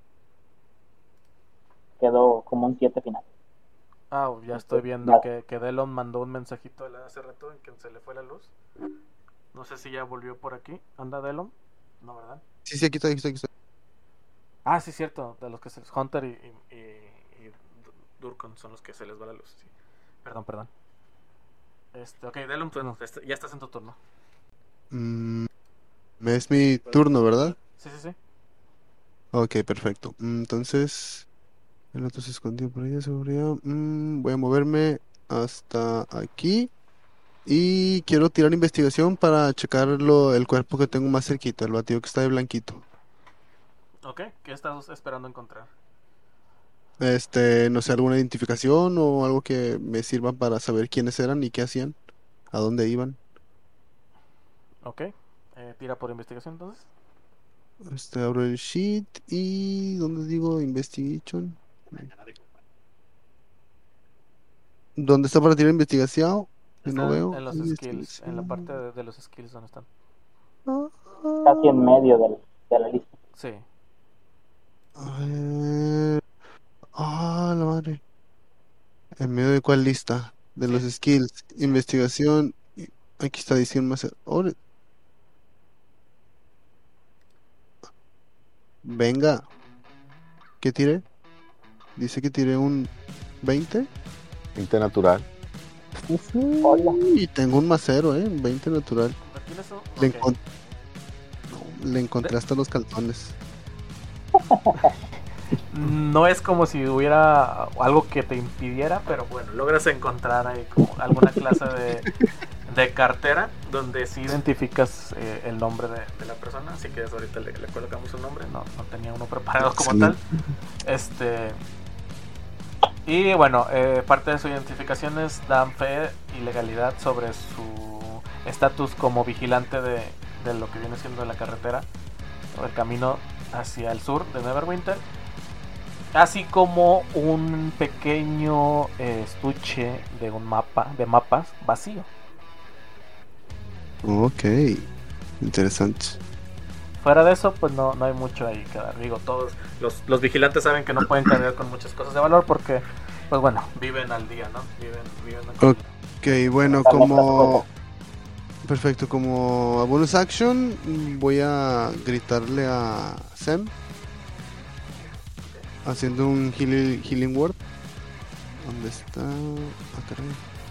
Quedó como un 7 final. Ya estoy viendo Nada. que Delon mandó un mensajito hace rato en que se le fue la luz. No sé si ya volvió por aquí. ¿Anda Delon? No, ¿verdad? Sí, aquí estoy. Ah, sí, cierto. De los que Hunter y Durkon son los que se les va la luz. Sí. Perdón. Ok, Delon, bueno, ya estás en tu turno. Es mi turno, ¿verdad? Sí. Ok, perfecto. Entonces, el otro se escondió por ahí de seguridad. Voy a moverme hasta aquí. Y quiero tirar investigación para checar el cuerpo que tengo más cerquita, el batido que está de blanquito. Ok, ¿qué estás esperando encontrar? No sé, alguna identificación o algo que me sirva para saber quiénes eran y qué hacían, a dónde iban. Ok, tira por investigación entonces. Abro el sheet y ¿dónde digo investigation? ¿Dónde está para tirar investigación? Que no Están veo. en los skills, en la parte de los skills donde están. Casi en medio de la lista. Sí. A ver. La madre. ¿En medio de cuál lista? De los Sí. skills. Investigación. Aquí está diciendo más. Venga. ¿Qué tiré? Dice que tiré un 20. 20 natural. Hola. Y tengo un más 0, un 20 natural. ¿Tienes un? Le, Ok. encon- le encontré hasta los calzones. No es como si hubiera algo que te impidiera, pero bueno, logras encontrar ahí como alguna clase de cartera donde sí identificas el nombre de la persona, así que ahorita le colocamos un nombre, no tenía uno preparado como Excelente. tal. Y bueno, parte de sus identificaciones dan fe y legalidad sobre su estatus como vigilante de lo que viene siendo la carretera o el camino hacia el sur de Neverwinter, así como un pequeño estuche de mapas vacío. Ok. Interesante. Fuera de eso, pues no hay mucho ahí que dar. Digo, todos los vigilantes saben que no pueden cargar con muchas cosas de valor porque, pues bueno, viven al día, ¿no? Viven al Ok, bueno, como... Perfecto, como a bonus action voy a gritarle a Sam haciendo un healing word. ¿Dónde está? Caray.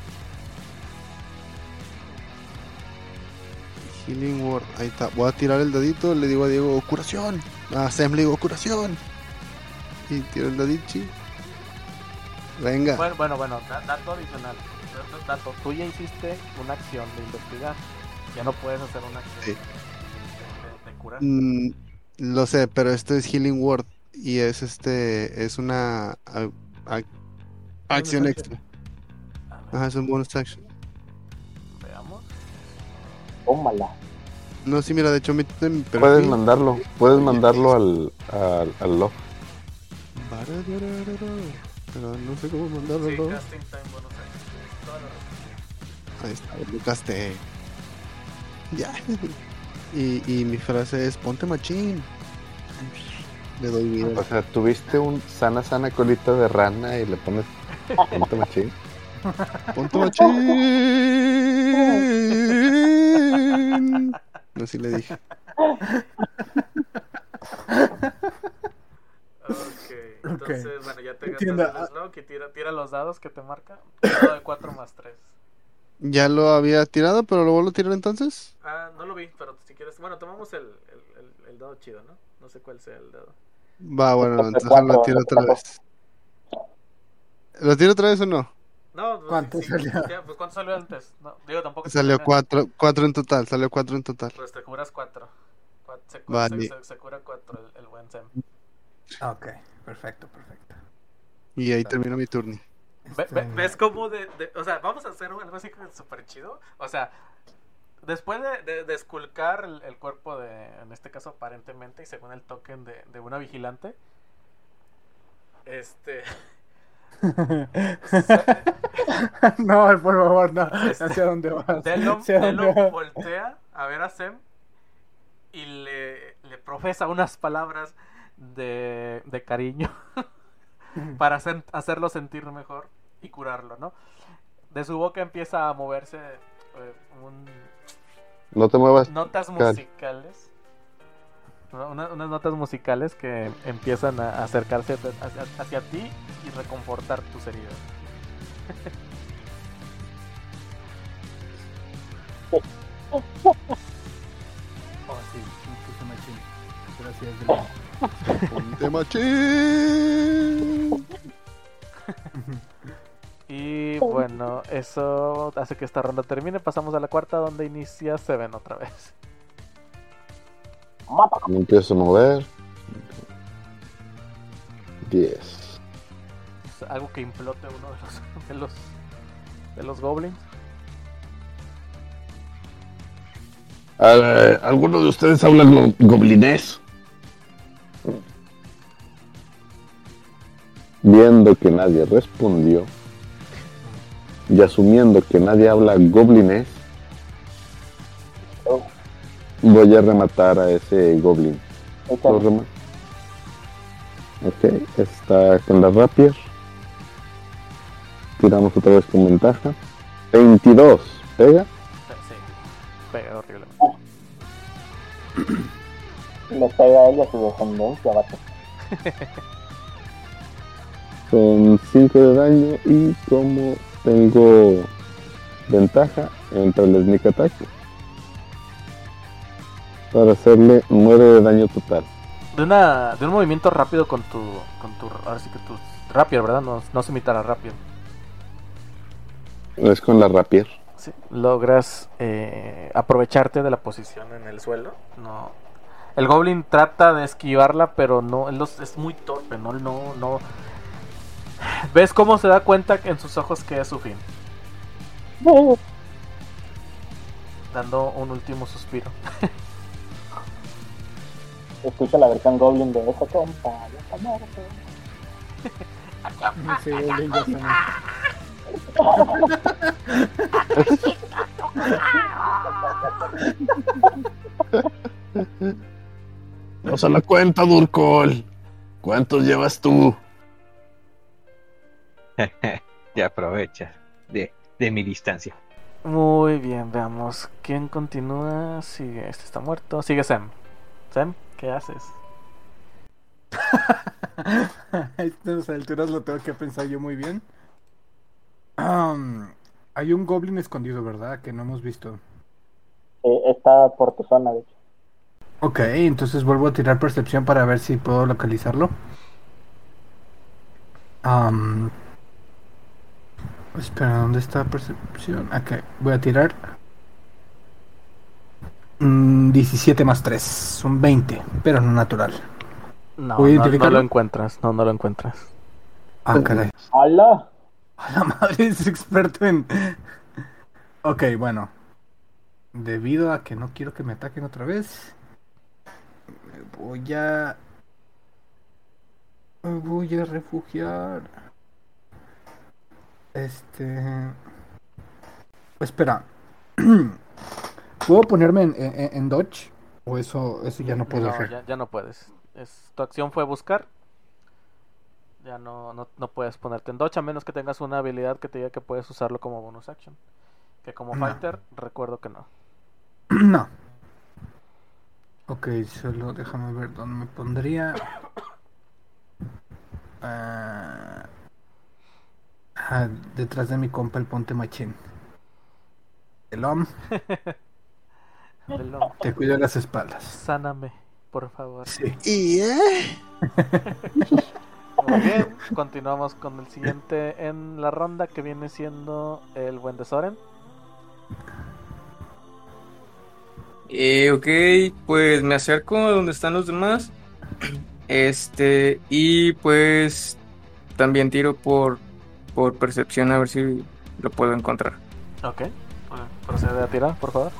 Healing word, ahí está. Voy a tirar el dadito, le digo a Diego curación. A Sam le digo curación. Y tiro el dadichi. Venga. Bueno, dato adicional. Dato, tú ya hiciste una acción de investigar. Ya no puedes hacer una acción de curar. Lo sé, pero esto es healing word y es una acción extra. A ver, Ajá, es un bonus action. veamos. Tómala. No, sí, mira, de hecho métete en mi perfil. Puedes mandarlo al log. Pero no sé cómo mandarlo. Sí, ¿no? casting time bonus action. Toda la razón. Ahí está, lo casté. Ya. Y mi frase es ponte machín. Le doy vida. O sea, tuviste un sana colita de rana y le pones ponte machín. Ponte machín. Así le dije. Ok, entonces, bueno, ya te Entiendo. gastas el slot y tira los dados que te marca. Dado de 4 más 3. Ya lo había tirado, pero lo vuelvo a tirar entonces. No lo vi, pero si quieres. Bueno, tomamos el dado chido, ¿no? No sé cuál sea el dado. Va, bueno, entonces lo tiro otra vez. ¿Lo tiro otra vez o no? No, pues, ¿Cuánto salió? Pues ¿cuánto salió antes? No, digo, tampoco Salió tiene- 4 en total, salió 4 en total. Pues te curas 4. Vale. Se cura 4 el buen Sam. Ok, perfecto. Y ahí termino mi turno. ¿Ves cómo o sea, vamos a hacer algo así súper chido? O sea, después de esculcar el cuerpo en este caso aparentemente y según el token de una vigilante, No, por favor, no. Este, No sé a dónde vas. Delon, Sé a dónde Delon vas. voltea a ver a Sem y le profesa unas palabras de cariño para hacerlo sentir mejor y curarlo, ¿no? De su boca empieza a moverse No te muevas. notas Cal. musicales. Unas notas musicales que empiezan a acercarse hacia ti y reconfortar tus heridas. Oh, sí, me puse machín. Gracias, Dylan. Ponte machín. Y bueno, eso hace que esta ronda termine. Pasamos a la cuarta, donde inicia Seven otra vez. Mata. Me empiezo a mover. 10. Es algo que implote uno de los goblins. ¿Alguno de ustedes habla goblinés? Viendo que nadie respondió y asumiendo que nadie habla goblinés, Oh, voy a rematar a ese goblin. ¿Lo échale. rema- Ok, está con la rapier. Tiramos otra vez con ventaja. 22, ¿pega? Sí, pega horrible. Le pega a él y a su descendencia, vato. Son 5 de daño y como tengo ventaja, entra el sneak attack para hacerle 9 de daño total. De un movimiento rápido con tu ahora sí que tu rapier, ¿verdad? No se imitará rapier. Es con la rapier. Sí, logras aprovecharte de la posición en el suelo. No, el goblin trata de esquivarla, pero no, es muy torpe, no. ¿Ves cómo se da cuenta en sus ojos que es su fin? Dando un último suspiro. Escucha la versión Goblin de ese compa. Ya está muerto. Sí, Goblin ya está muerto. No se la cuenta, Durkol. ¿Cuántos llevas tú? Ya aprovecha de mi distancia. Muy bien, veamos quién continúa. Sigue, este está muerto. Sigue Sam. Sam, ¿qué haces? A estas alturas lo tengo que pensar yo muy bien. Hay un goblin escondido, ¿verdad? Que no hemos visto. Está por tu zona, de hecho. Ok, entonces vuelvo a tirar percepción para ver si puedo localizarlo. Espera, ¿dónde está percepción? Ok, voy a tirar. 17 más 3, son 20, pero no natural. No, ¿Voy a no lo identificarlo? encuentras. No lo encuentras. Ah, caray. ¡Hala! A la madre, es experto en... Ok, bueno. Debido a que no quiero que me ataquen otra vez, me voy a refugiar. Espera. ¿Puedo ponerme en dodge? ¿O eso ya no puedo No, hacer? ya no puedes. Tu acción fue buscar. Ya no puedes ponerte en dodge a menos que tengas una habilidad que te diga que puedes usarlo como bonus action. Que como No. fighter, recuerdo que no. No. Ok, solo déjame ver dónde me pondría. Detrás de mi compa el ponte machín. Elom, Delon, te cuido las espaldas. sáname, por favor. Sí. ¿Y Muy bien, continuamos con el siguiente en la ronda, que viene siendo el buen de Soren. Ok, pues me acerco a donde están los demás. Y pues también tiro por percepción a ver si lo puedo encontrar. Ok, procede a tirar, por favor.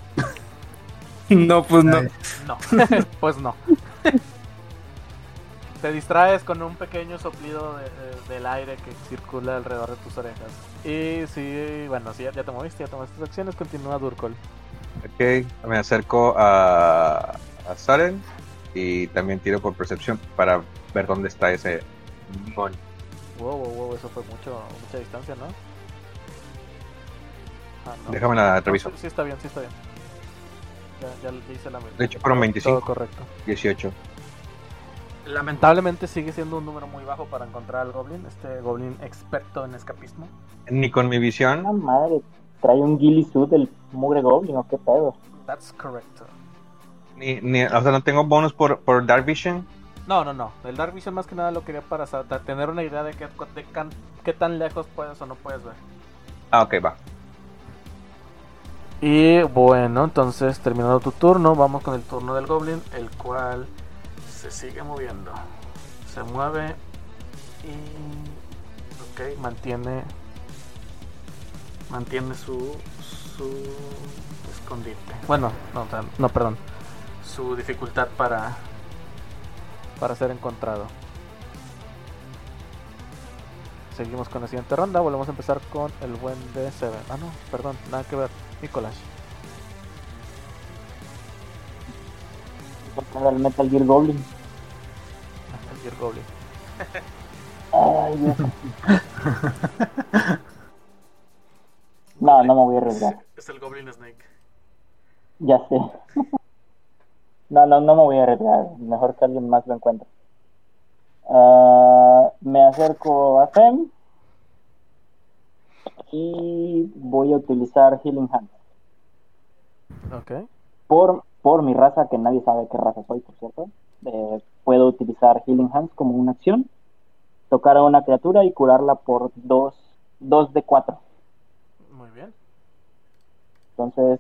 No, pues no. Ay. No, pues no. te distraes con un pequeño soplido del aire que circula alrededor de tus orejas. Y sí, bueno, sí, ya te moviste, ya tomaste tus acciones, continúa Durkol. Ok, me acerco a Saren y también tiro por percepción para ver dónde está ese mon. Wow, eso fue mucha distancia, ¿no? Ah, no. Déjame la No, reviso. sí está bien. Ya le hice la De hecho, fueron 25. Todo correcto. 18. Lamentablemente sigue siendo un número muy bajo para encontrar al Goblin, este Goblin experto en escapismo. Ni con mi Ah, visión. madre, trae un ghillie suit del mugre goblin, ¿o qué pedo? That's correct. O sea, no tengo bonus por Dark Vision. No. El Dark Vision más que nada lo quería para tener una idea de qué tan lejos puedes o no puedes ver. Ah, ok, va. Y bueno, entonces terminado tu turno, vamos con el turno del Goblin, el cual se sigue moviendo. Se mueve y... ok, mantiene su escondite. Bueno, no, perdón. Su dificultad para ser encontrado. Seguimos con la siguiente ronda. Volvemos a empezar con el buen D7. Ah, no, perdón, nada que ver. Nicolás. El Metal Gear Goblin. El Gear Goblin. Ay, Dios. No me voy a arriesgar. Es el Goblin Snake. Ya sé. No me voy a arriesgar. Mejor que alguien más lo encuentre. Me acerco a Fem y voy a utilizar Healing Hand. Ok. Por mi raza, que nadie sabe qué raza soy, por cierto. Puedo utilizar Healing Hands como una acción, tocar a una criatura y curarla por 2 de 4. Muy bien. Entonces,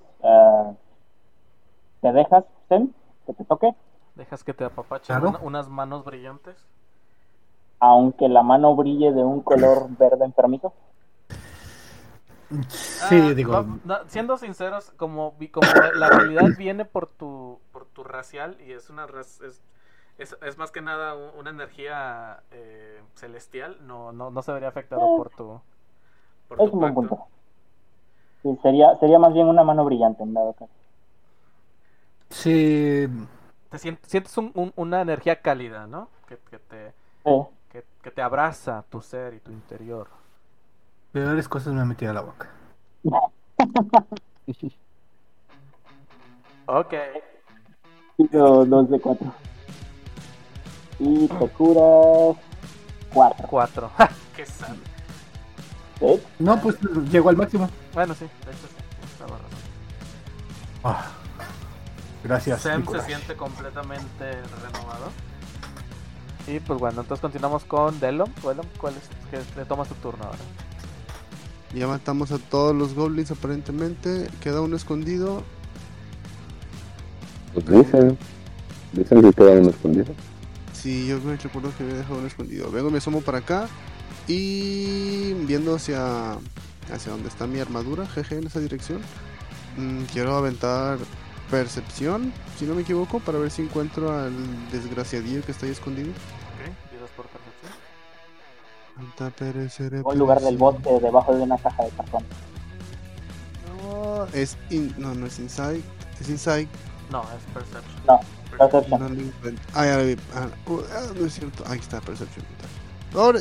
¿te dejas, Zen, que te toque? Dejas que te apapachen Claro. unas manos brillantes. Aunque la mano brille de un color verde enfermizo. Sí, digo, Siendo sinceros, como la habilidad viene por tu racial y es es más que nada una energía celestial, no se vería afectado por tu Es un buen pacto. punto. Sí, sería más bien una mano brillante en dado caso. sí, Sientes una energía cálida, ¿no? Sí. Que te abraza tu ser y tu interior. peores cosas me han metido a la boca. Ok. Tiro 2 de 4. Y te curas 4. 4. ¡Qué sad! ¿Sí? No, pues llegó al máximo. Bueno, sí, de hecho sí, estaba razón. Ah, gracias, Sam se Nicolás. siente completamente renovado. Y pues bueno, entonces continuamos con Delom. ¿Cuál es? Que le tomas tu turno ahora. Ya matamos a todos los goblins aparentemente. Queda uno escondido. Pues dicen que queda uno escondido. Sí, yo me recuerdo que había dejado uno escondido. Vengo, me asomo para acá. Y viendo hacia donde está mi armadura, jeje, en esa dirección. Quiero aventar percepción, si no me equivoco, para ver si encuentro al desgraciadillo que está ahí escondido. Ok, tiras por percepción. O en lugar del bosque debajo de una caja de cartón. No, no es inside. Es inside. No, es Perception. No, No Perception. lo encuentro. Ya lo vi. No es cierto. Ahí está, percepción. ¡Ahora!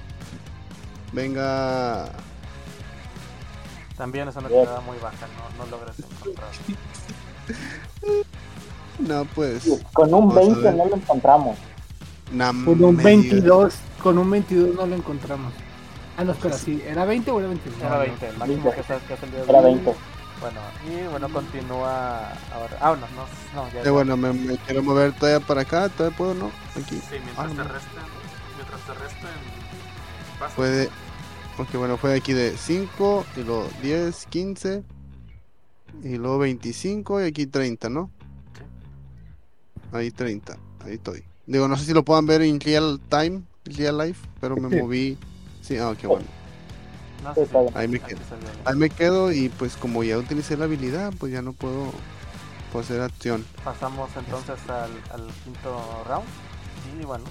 Venga. También es una tirada muy baja, no logras encontrar. No, pues. Con un Vamos a 20 ver. no lo encontramos. Con un 22 no lo encontramos. Ah, no, espera, sí, ¿era 20 o era 22? Era 20, el máximo que es el día de Era hoy. 20. Bueno, y bueno, continúa ahora. Ah, no, ya. Bueno, me quiero mover todavía para acá. ¿Todavía puedo, no? Aquí. Sí, Ah, mientras no. te resten, pasa. Puede. Porque bueno, fue aquí de 5, y luego 10, 15, y luego 25, y aquí 30, ¿no? Sí. Ahí 30, ahí estoy. Digo, no sé si lo puedan ver en real time, real life, pero me Sí. moví. Sí, qué bueno. No Sí, sé está bien. Ahí me aquí quedo. salió bien. Ahí me quedo y pues como ya utilicé la habilidad, pues ya no puedo hacer acción. Pasamos entonces al quinto round. Y bueno,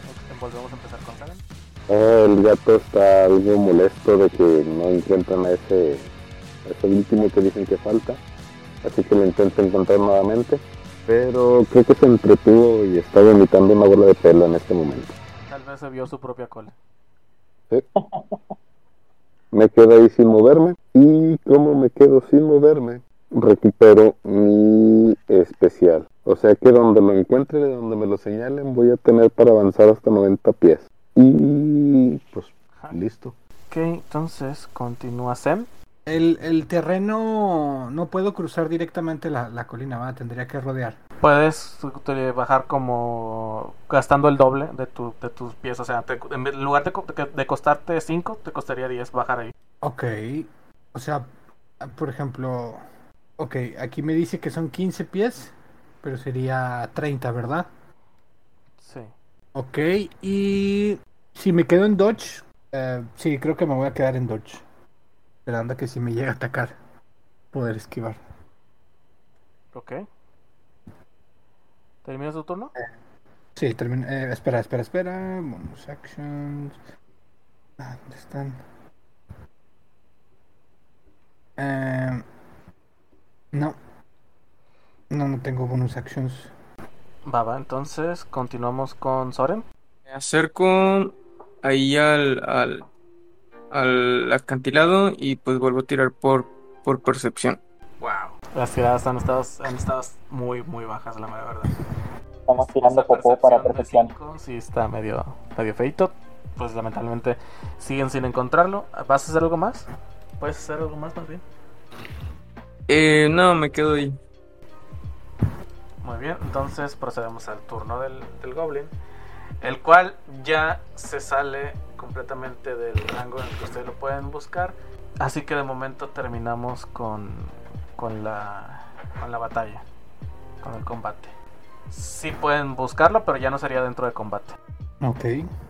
Volvemos a empezar con Saren. El gato está algo molesto de que no encuentran a ese último que dicen que falta, así que lo intenta encontrar nuevamente, pero creo que se entretuvo y está vomitando una bola de pelo en este momento. Tal vez se vio su propia cola. ¿Sí? Me quedo ahí sin moverme, y como me quedo sin moverme, recupero mi especial. O sea que donde lo encuentre, donde me lo señalen, voy a tener para avanzar hasta 90 pies. Y pues listo. Ok, entonces continúa Sem. El terreno no puedo cruzar directamente la colina, ¿va? Tendría que rodear. Puedes bajar como gastando el doble de tus pies. O sea, en lugar de costarte 5, te costaría 10 bajar ahí. Ok. O sea, por ejemplo... Ok, aquí me dice que son 15 pies, pero sería 30, ¿verdad? Sí. Ok, y si me quedo en dodge, sí, creo que me voy a quedar en dodge. Esperando a que si me llega a atacar, poder esquivar. Ok. ¿Termina su turno? Sí, termino. Espera. Bonus actions. ¿Dónde están? No. No tengo bonus actions. Va, entonces continuamos con Soren. Me acerco ahí al acantilado y pues vuelvo a tirar por percepción. Wow. Las tiradas han estado muy, muy bajas, la verdad. Estamos tirando popó para percepción. De 5, sí, está medio feito. Pues lamentablemente siguen sin encontrarlo. ¿Vas a hacer algo más? ¿Puedes hacer algo más bien? No, me quedo ahí. Muy bien, entonces procedemos al turno del Goblin, el cual ya se sale completamente del rango en el que ustedes lo pueden buscar. Así que de momento terminamos con la batalla, con el combate. Sí pueden buscarlo, pero ya no sería dentro de combate. Ok.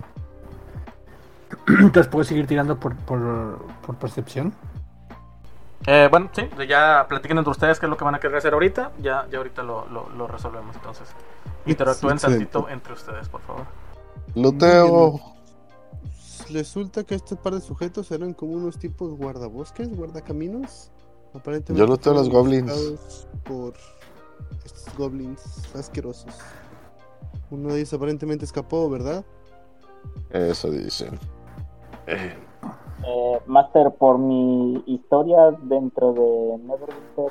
Entonces puedo seguir tirando por percepción. Bueno, sí, ya platiquen entre ustedes qué es lo que van a querer hacer ahorita. Ya ahorita lo resolvemos, entonces. Interactúen tantito entre ustedes, por favor. Luteo. Resulta que este par de sujetos eran como unos tipos guardabosques, guardacaminos. Aparentemente Yo luteo a los fueron goblins. buscados por estos goblins asquerosos. Uno de ellos aparentemente escapó, ¿verdad? Eso dicen. Master, por mi historia dentro de Neverwinter,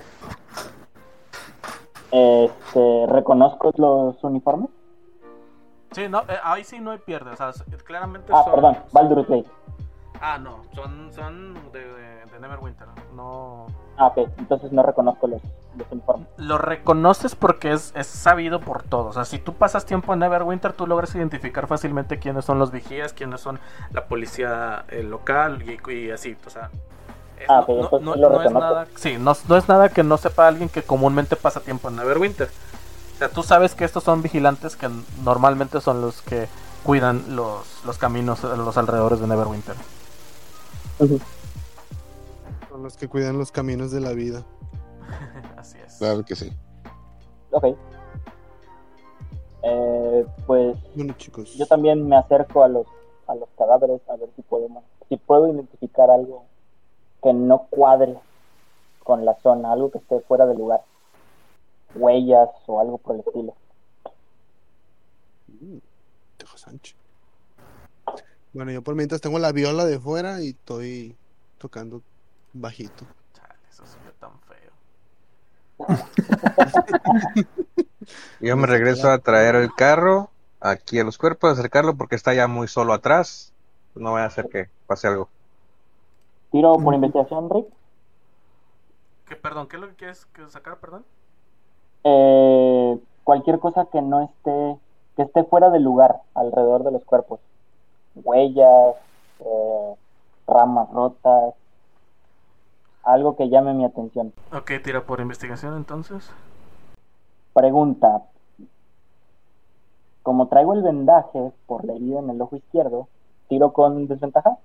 ¿reconozco los uniformes? Sí, no, ahí sí no hay pierde, o sea, claramente Perdón, Baldur's Gate. No, son de Neverwinter, no... Ok, entonces no reconozco los uniformes. Lo reconoces porque es sabido por todos. O sea, si tú pasas tiempo en Neverwinter, tú logras identificar fácilmente quiénes son los vigías, quiénes son la policía local y así. O sea, no es nada. Sí, no es nada que no sepa alguien que comúnmente pasa tiempo en Neverwinter. O sea, tú sabes que estos son vigilantes que normalmente son los que cuidan los caminos a los alrededores de Neverwinter. Son los que cuidan los caminos de la vida. Así es. Claro que sí. Ok. Pues Bueno, chicos, yo también me acerco a los cadáveres a ver si puedo identificar algo que no cuadre con la zona, algo que esté fuera de lugar, huellas o algo por el estilo. Tejo Sánchez. Bueno, yo por mientras tengo la viola de fuera y estoy tocando bajito. Chale, eso se ve tan feo. Yo me regreso a traer el carro aquí a los cuerpos, acercarlo porque está ya muy solo atrás. No voy a hacer que pase algo. Tiro por investigación, Rick. Perdón, ¿qué es lo que quieres sacar, perdón? Cualquier cosa que no esté fuera del lugar alrededor de los cuerpos. Huellas, ramas rotas, algo que llame mi atención. Ok, tira por investigación entonces. Pregunta: como traigo el vendaje por la herida en el ojo izquierdo, ¿tiro con desventaja?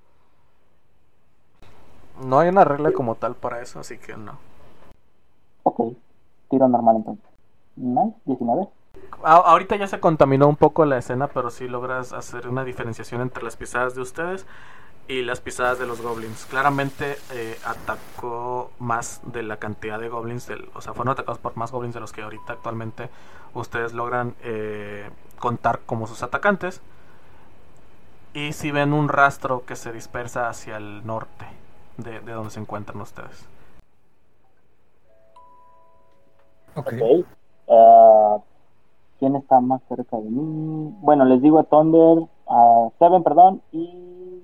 No hay una regla como tal para eso, así que no. Ok, tiro normal entonces. Nice, 19. Ahorita ya se contaminó un poco la escena, pero sí logras hacer una diferenciación entre las pisadas de ustedes y las pisadas de los goblins. Claramente atacó más de la cantidad de goblins, o sea, fueron atacados por más goblins de los que ahorita actualmente ustedes logran contar como sus atacantes. Y si ven un rastro que se dispersa hacia el norte de donde se encuentran ustedes. Ok. Ok. ¿Quién está más cerca de mí? Bueno, les digo a Thunder, a Seven, perdón, y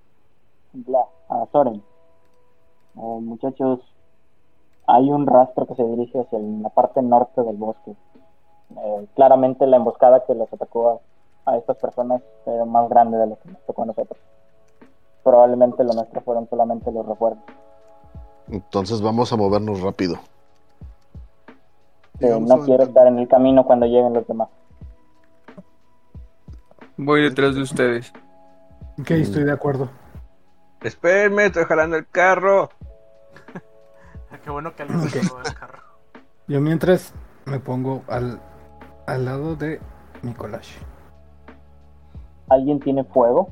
a Soren. Muchachos, hay un rastro que se dirige hacia la parte norte del bosque. Claramente la emboscada que los atacó a estas personas era más grande de lo que nos tocó a nosotros. Probablemente lo nuestro fueron solamente los recuerdos. Entonces vamos a movernos rápido. Llegamos No quiero avanzando. estar en el camino cuando lleguen los demás. Voy detrás de ustedes. Ok, estoy de acuerdo. Espérenme, estoy jalando el carro. Qué bueno que alguien se quedó del carro. Yo mientras me pongo al lado de Nicolás. ¿Alguien tiene fuego?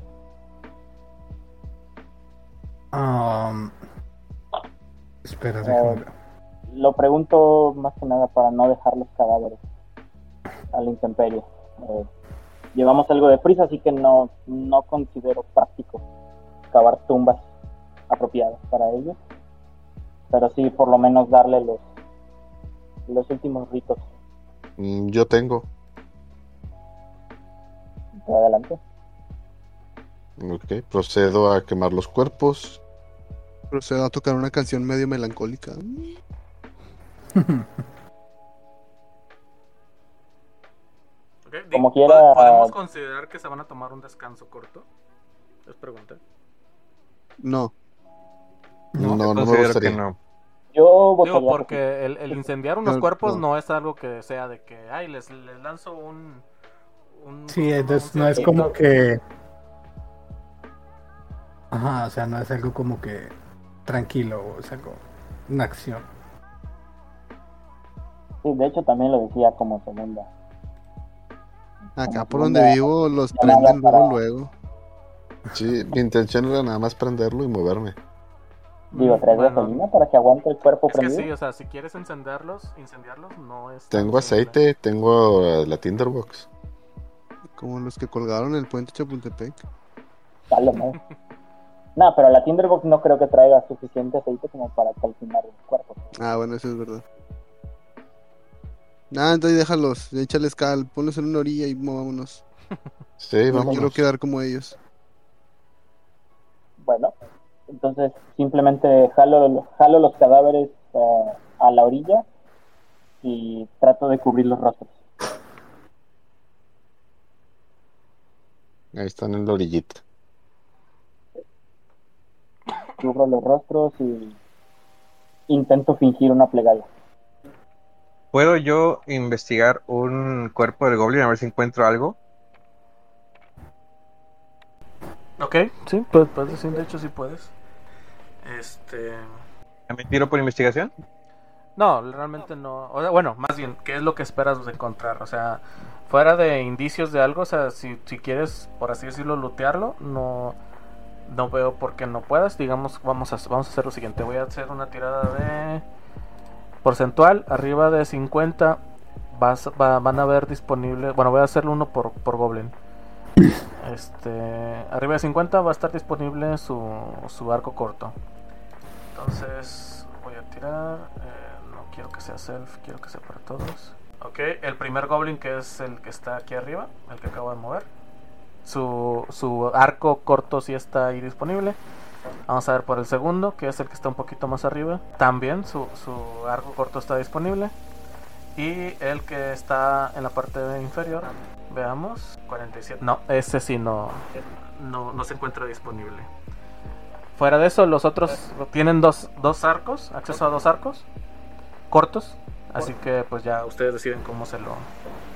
Espera, déjame ver. Lo pregunto más que nada para no dejar los cadáveres a la intemperie. Llevamos algo de prisa, así que no considero práctico cavar tumbas apropiadas para ellos. Pero sí, por lo menos darle los últimos ritos. Yo tengo. Adelante. Ok, procedo a quemar los cuerpos. Procedo a tocar una canción medio melancólica. Okay, Como quiera- ¿Podemos considerar que se van a tomar un descanso corto? Les pregunté. No. No, no me Considero gustaría. que no. Yo votaría Digo, que porque el incendiar unos No, cuerpos no. no es algo que sea de que, ay, les lanzo un Sí, entonces un no es cerdito. como que... Ajá, o sea, no es algo como que tranquilo, es algo... Una acción. sí, de hecho también lo decía como segunda. Acá Como por donde segunda vivo los llamada prenden para- luego. Sí, mi intención era nada más prenderlo y moverme. Digo, ¿traes Bueno, gasolina para que aguante el cuerpo es que prendido? sí, o sea, si quieres incendiarlos no es tan Tengo simple. aceite, tengo la Tinderbox. Como los que colgaron el puente Chapultepec. Dale, no. No, pero la Tinderbox no creo que traiga suficiente aceite como para calcinar el cuerpo. Ah, bueno, eso es verdad. Entonces déjalos, échales cal, ponlos en una orilla y movámonos. Sí, No vamos. quiero quedar como ellos. Bueno, entonces simplemente jalo los cadáveres a la orilla y trato de cubrir los rostros. Ahí están en la orillita. Cubro los rostros y intento fingir una plegaria. ¿Puedo yo investigar un cuerpo del goblin a ver si encuentro algo? Ok, sí, puedes decir, de hecho sí puedes. ¿Me tiro por investigación? No, realmente no. O sea, bueno, más bien, ¿qué es lo que esperas de encontrar? O sea, fuera de indicios de algo, o sea, si quieres, por así decirlo, lootearlo, no veo por qué no puedas. Digamos, vamos a hacer lo siguiente. Voy a hacer una tirada de porcentual. Arriba de 50 van a haber disponible. Bueno, voy a hacerlo uno por goblin. Arriba de 50 va a estar disponible su arco corto. Entonces voy a tirar. No quiero que sea self, quiero que sea para todos. Ok, el primer goblin, que es el que está aquí arriba, el que acabo de mover. Su arco corto sí está ahí disponible. Vamos a ver por el segundo, que es el que está un poquito más arriba. También su arco corto está disponible. Y el que está en la parte inferior, veamos, 47. No, ese sí no se encuentra disponible. Fuera de eso, los otros tienen dos arcos, acceso a dos arcos cortos. Así que pues ya ustedes deciden cómo se lo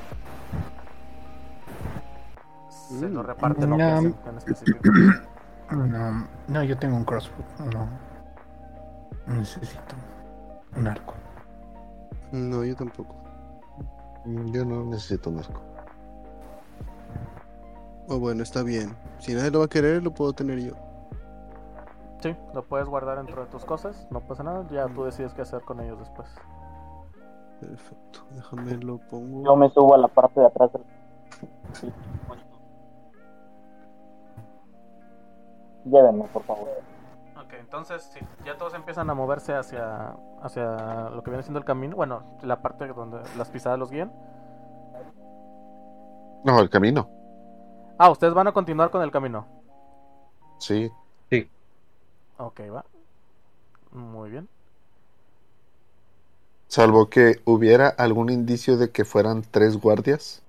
reparten o qué hacen en específico. No, yo tengo un crossbow. No necesito un arco. No, yo tampoco. Yo no necesito un arco. Oh, bueno, está bien. Si nadie lo va a querer, lo puedo tener yo. Sí, lo puedes guardar dentro de tus cosas, no pasa nada, ya tú decides qué hacer con ellos después. Perfecto. Déjame lo pongo. Yo me subo a la parte de atrás del... Sí. Llévenme, por favor. Ok, entonces sí, ya todos empiezan a moverse hacia lo que viene siendo el camino, bueno, la parte donde las pisadas los guían. No, el camino. Ah, ustedes van a continuar con el camino. Sí. Sí. Ok, va. Muy bien. Salvo que hubiera algún indicio de que fueran 3 guardias.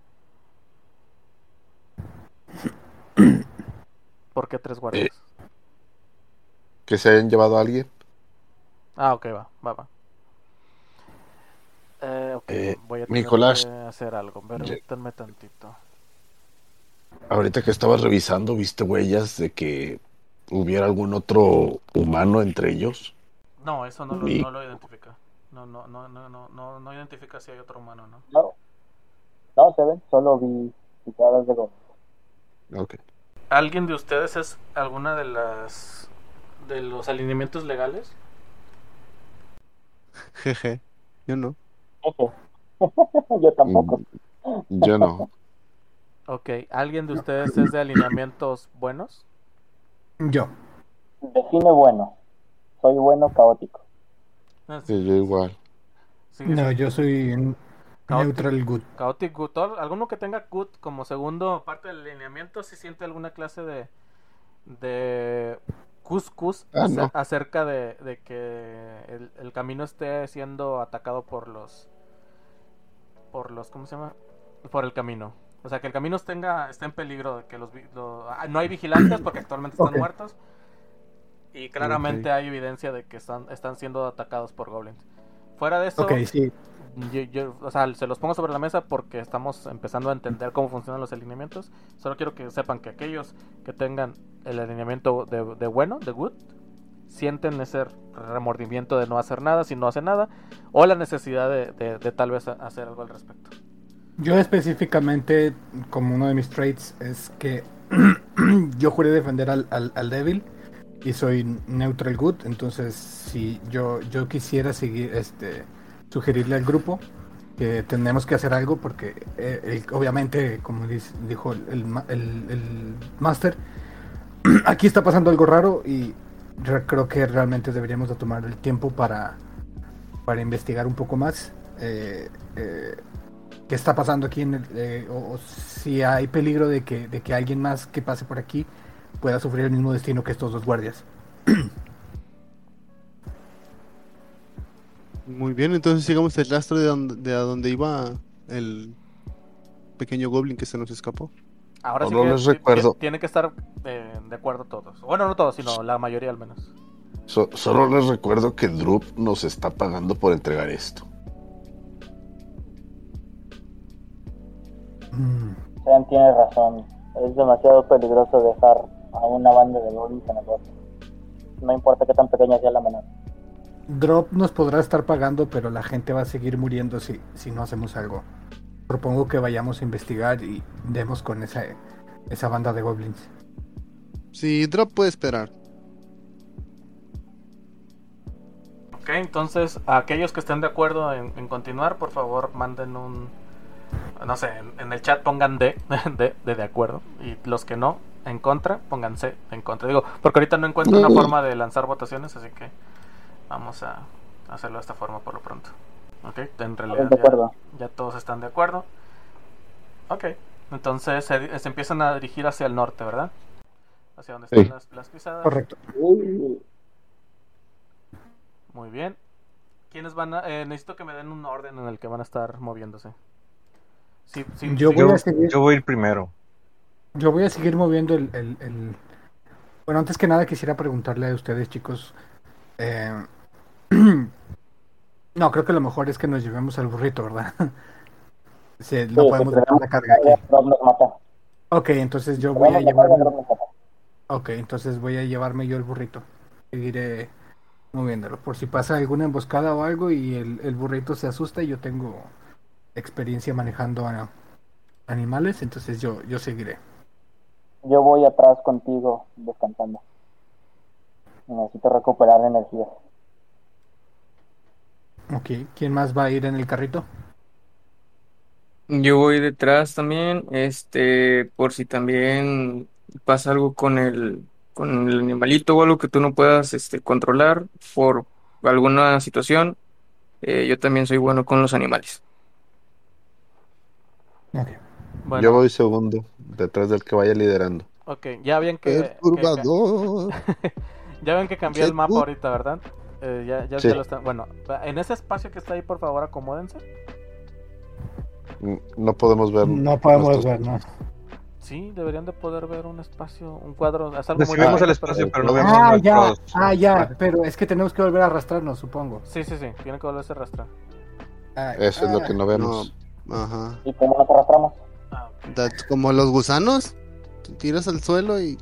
¿Por qué 3 guardias? Que se hayan llevado a alguien. Ah, ok, va. Ok, voy a tener Nicolás, que hacer algo, permítanme tantito. ahorita que estabas revisando, ¿viste huellas de que hubiera algún otro humano entre ellos? No, eso no Y- lo identifica. No identifica si hay otro humano, ¿no? No, se ven, solo vi pisadas de goma. Ok. ¿Alguien de ustedes es alguna de los alineamientos legales? Jeje. Yo no. Yo tampoco. Yo no. Ok, ¿alguien de ustedes es de alineamientos buenos? Yo. Define bueno. Soy bueno caótico. Sí, yo igual. Sí, No, sí. yo soy neutral good. Chaotic Good. Alguno que tenga Good como segundo parte del alineamiento, si siente alguna clase de cuscus No. acerca de que el camino esté siendo atacado por los, ¿cómo se llama? Por el camino. O sea, que el camino esté en peligro, de que no hay vigilantes porque actualmente están Ok. muertos. Y claramente hay evidencia de que están siendo atacados por goblins. Fuera de eso, Ok, sí. o sea, se los pongo sobre la mesa porque estamos empezando a entender cómo funcionan los alineamientos. Solo quiero que sepan que aquellos que tengan el alineamiento de bueno, de good, sienten ese remordimiento de no hacer nada si no hace nada, o la necesidad de tal vez hacer algo al respecto. Yo específicamente, como uno de mis traits, es que yo juré defender al débil y soy neutral good. Entonces, si yo quisiera seguir, sugerirle al grupo que tenemos que hacer algo porque obviamente, como dijo el máster, aquí está pasando algo raro y creo que realmente deberíamos de tomar el tiempo para investigar un poco más qué está pasando aquí o si hay peligro de que alguien más que pase por aquí pueda sufrir el mismo destino que estos 2 guardias. Muy bien, entonces sigamos el rastro de a donde iba el pequeño goblin que se nos escapó. Ahora sí Solo que les recuerdo. tienen que estar de acuerdo todos. Bueno, no todos, sino la mayoría al menos. Solo les recuerdo que Drup nos está pagando por entregar esto. Sean tiene razón. Es demasiado peligroso dejar a una banda de goblins en el bosque. No importa qué tan pequeña sea la amenaza. Drop nos podrá estar pagando, pero la gente va a seguir muriendo si no hacemos algo. Propongo que vayamos a investigar y demos con esa banda de goblins. Sí, Drop puede esperar. Ok, entonces a aquellos que estén de acuerdo en continuar, por favor manden no sé, en el chat pongan de acuerdo, y los que no, en contra, pónganse en contra. Digo, porque ahorita no encuentro una forma de lanzar votaciones, así que vamos a hacerlo de esta forma por lo pronto. Ok, en realidad De acuerdo. ya todos están de acuerdo. Ok, entonces se empiezan a dirigir hacia el norte, ¿verdad? Hacia donde están las pisadas. Correcto. Muy bien. ¿Quiénes van a...? Necesito que me den un orden en el que van a estar moviéndose. Sí, Yo voy a seguir. Yo voy a ir primero. Yo voy a seguir moviendo Bueno, antes que nada quisiera preguntarle a ustedes, chicos. No, creo que lo mejor es que nos llevemos al burrito, ¿verdad? No podemos dejar la carga aquí. Drop nos mata. Ok, entonces yo Si voy a vamos a carga, llevarme. Drop nos mata. Ok, entonces voy a llevarme yo el burrito. Seguiré moviéndolo. Por si pasa alguna emboscada o algo y el burrito se asusta, yo tengo experiencia manejando animales, entonces yo seguiré. Yo voy atrás contigo descansando. Necesito recuperar energía. Ok, ¿quién más va a ir en el carrito? Yo voy detrás también, por si también pasa algo con el animalito o algo que tú no puedas, controlar por alguna situación. Yo también soy bueno con los animales. Ok. Yo Bueno, voy segundo, detrás del que vaya liderando. ok, ya bien Perturbador. ya ven que cambié el mapa ahorita, ¿verdad? Ya Sí. lo están. Bueno, en ese espacio que está ahí, por favor, acomódense. No podemos ver. No podemos nuestros- ver, ¿no? Sí, deberían de poder ver un espacio, un cuadro. Es algo Pues muy sí vemos el pequeño, espacio, pero no no vemos Ah, ya, nuestros. ya, pero es que tenemos que volver a arrastrarnos, supongo. Sí, tiene que volverse a arrastrar. Eso es lo que no No, vemos. ajá. ¿Y cómo nos arrastramos? Ah, ok. Como los gusanos, te tiras al suelo y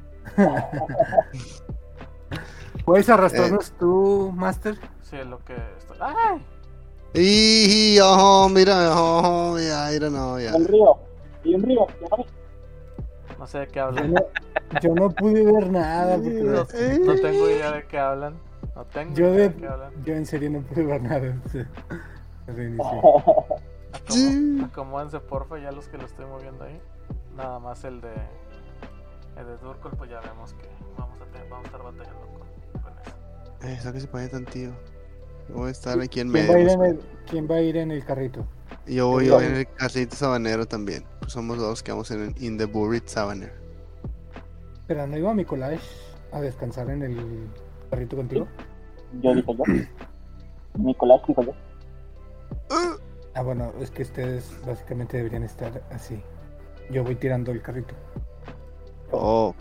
¿Puedes arrastrarnos tú, Master? Sí, es lo que estoy. ¡Ay! oh, mira, mira, no, ya. El río. Y un río. ¿Ya no vi? No sé de qué Yo hablan. no, yo no pude ver nada porque No tengo idea de qué hablan. No tengo yo, idea de qué hablan. yo en serio no pude ver nada. Reinicié. Acomódense, porfa, ya los que lo estoy moviendo ahí. Nada más el de Durkol, pues ya vemos que vamos a estar batallando con eso. Sáquese para allá tantío. Yo voy a estar aquí en ¿Quién va a ir medio. en ¿quién va a ir en el carrito? Yo voy en el carrito sabanero también. Pues somos dos que vamos en In the Buried Sabanero. Pero ¿no iba Nicolás a descansar en el carrito contigo? Yo dije yo. Nicolás dijo yo. Ah, bueno, es que ustedes básicamente deberían estar así. Yo voy tirando el carrito. Oh.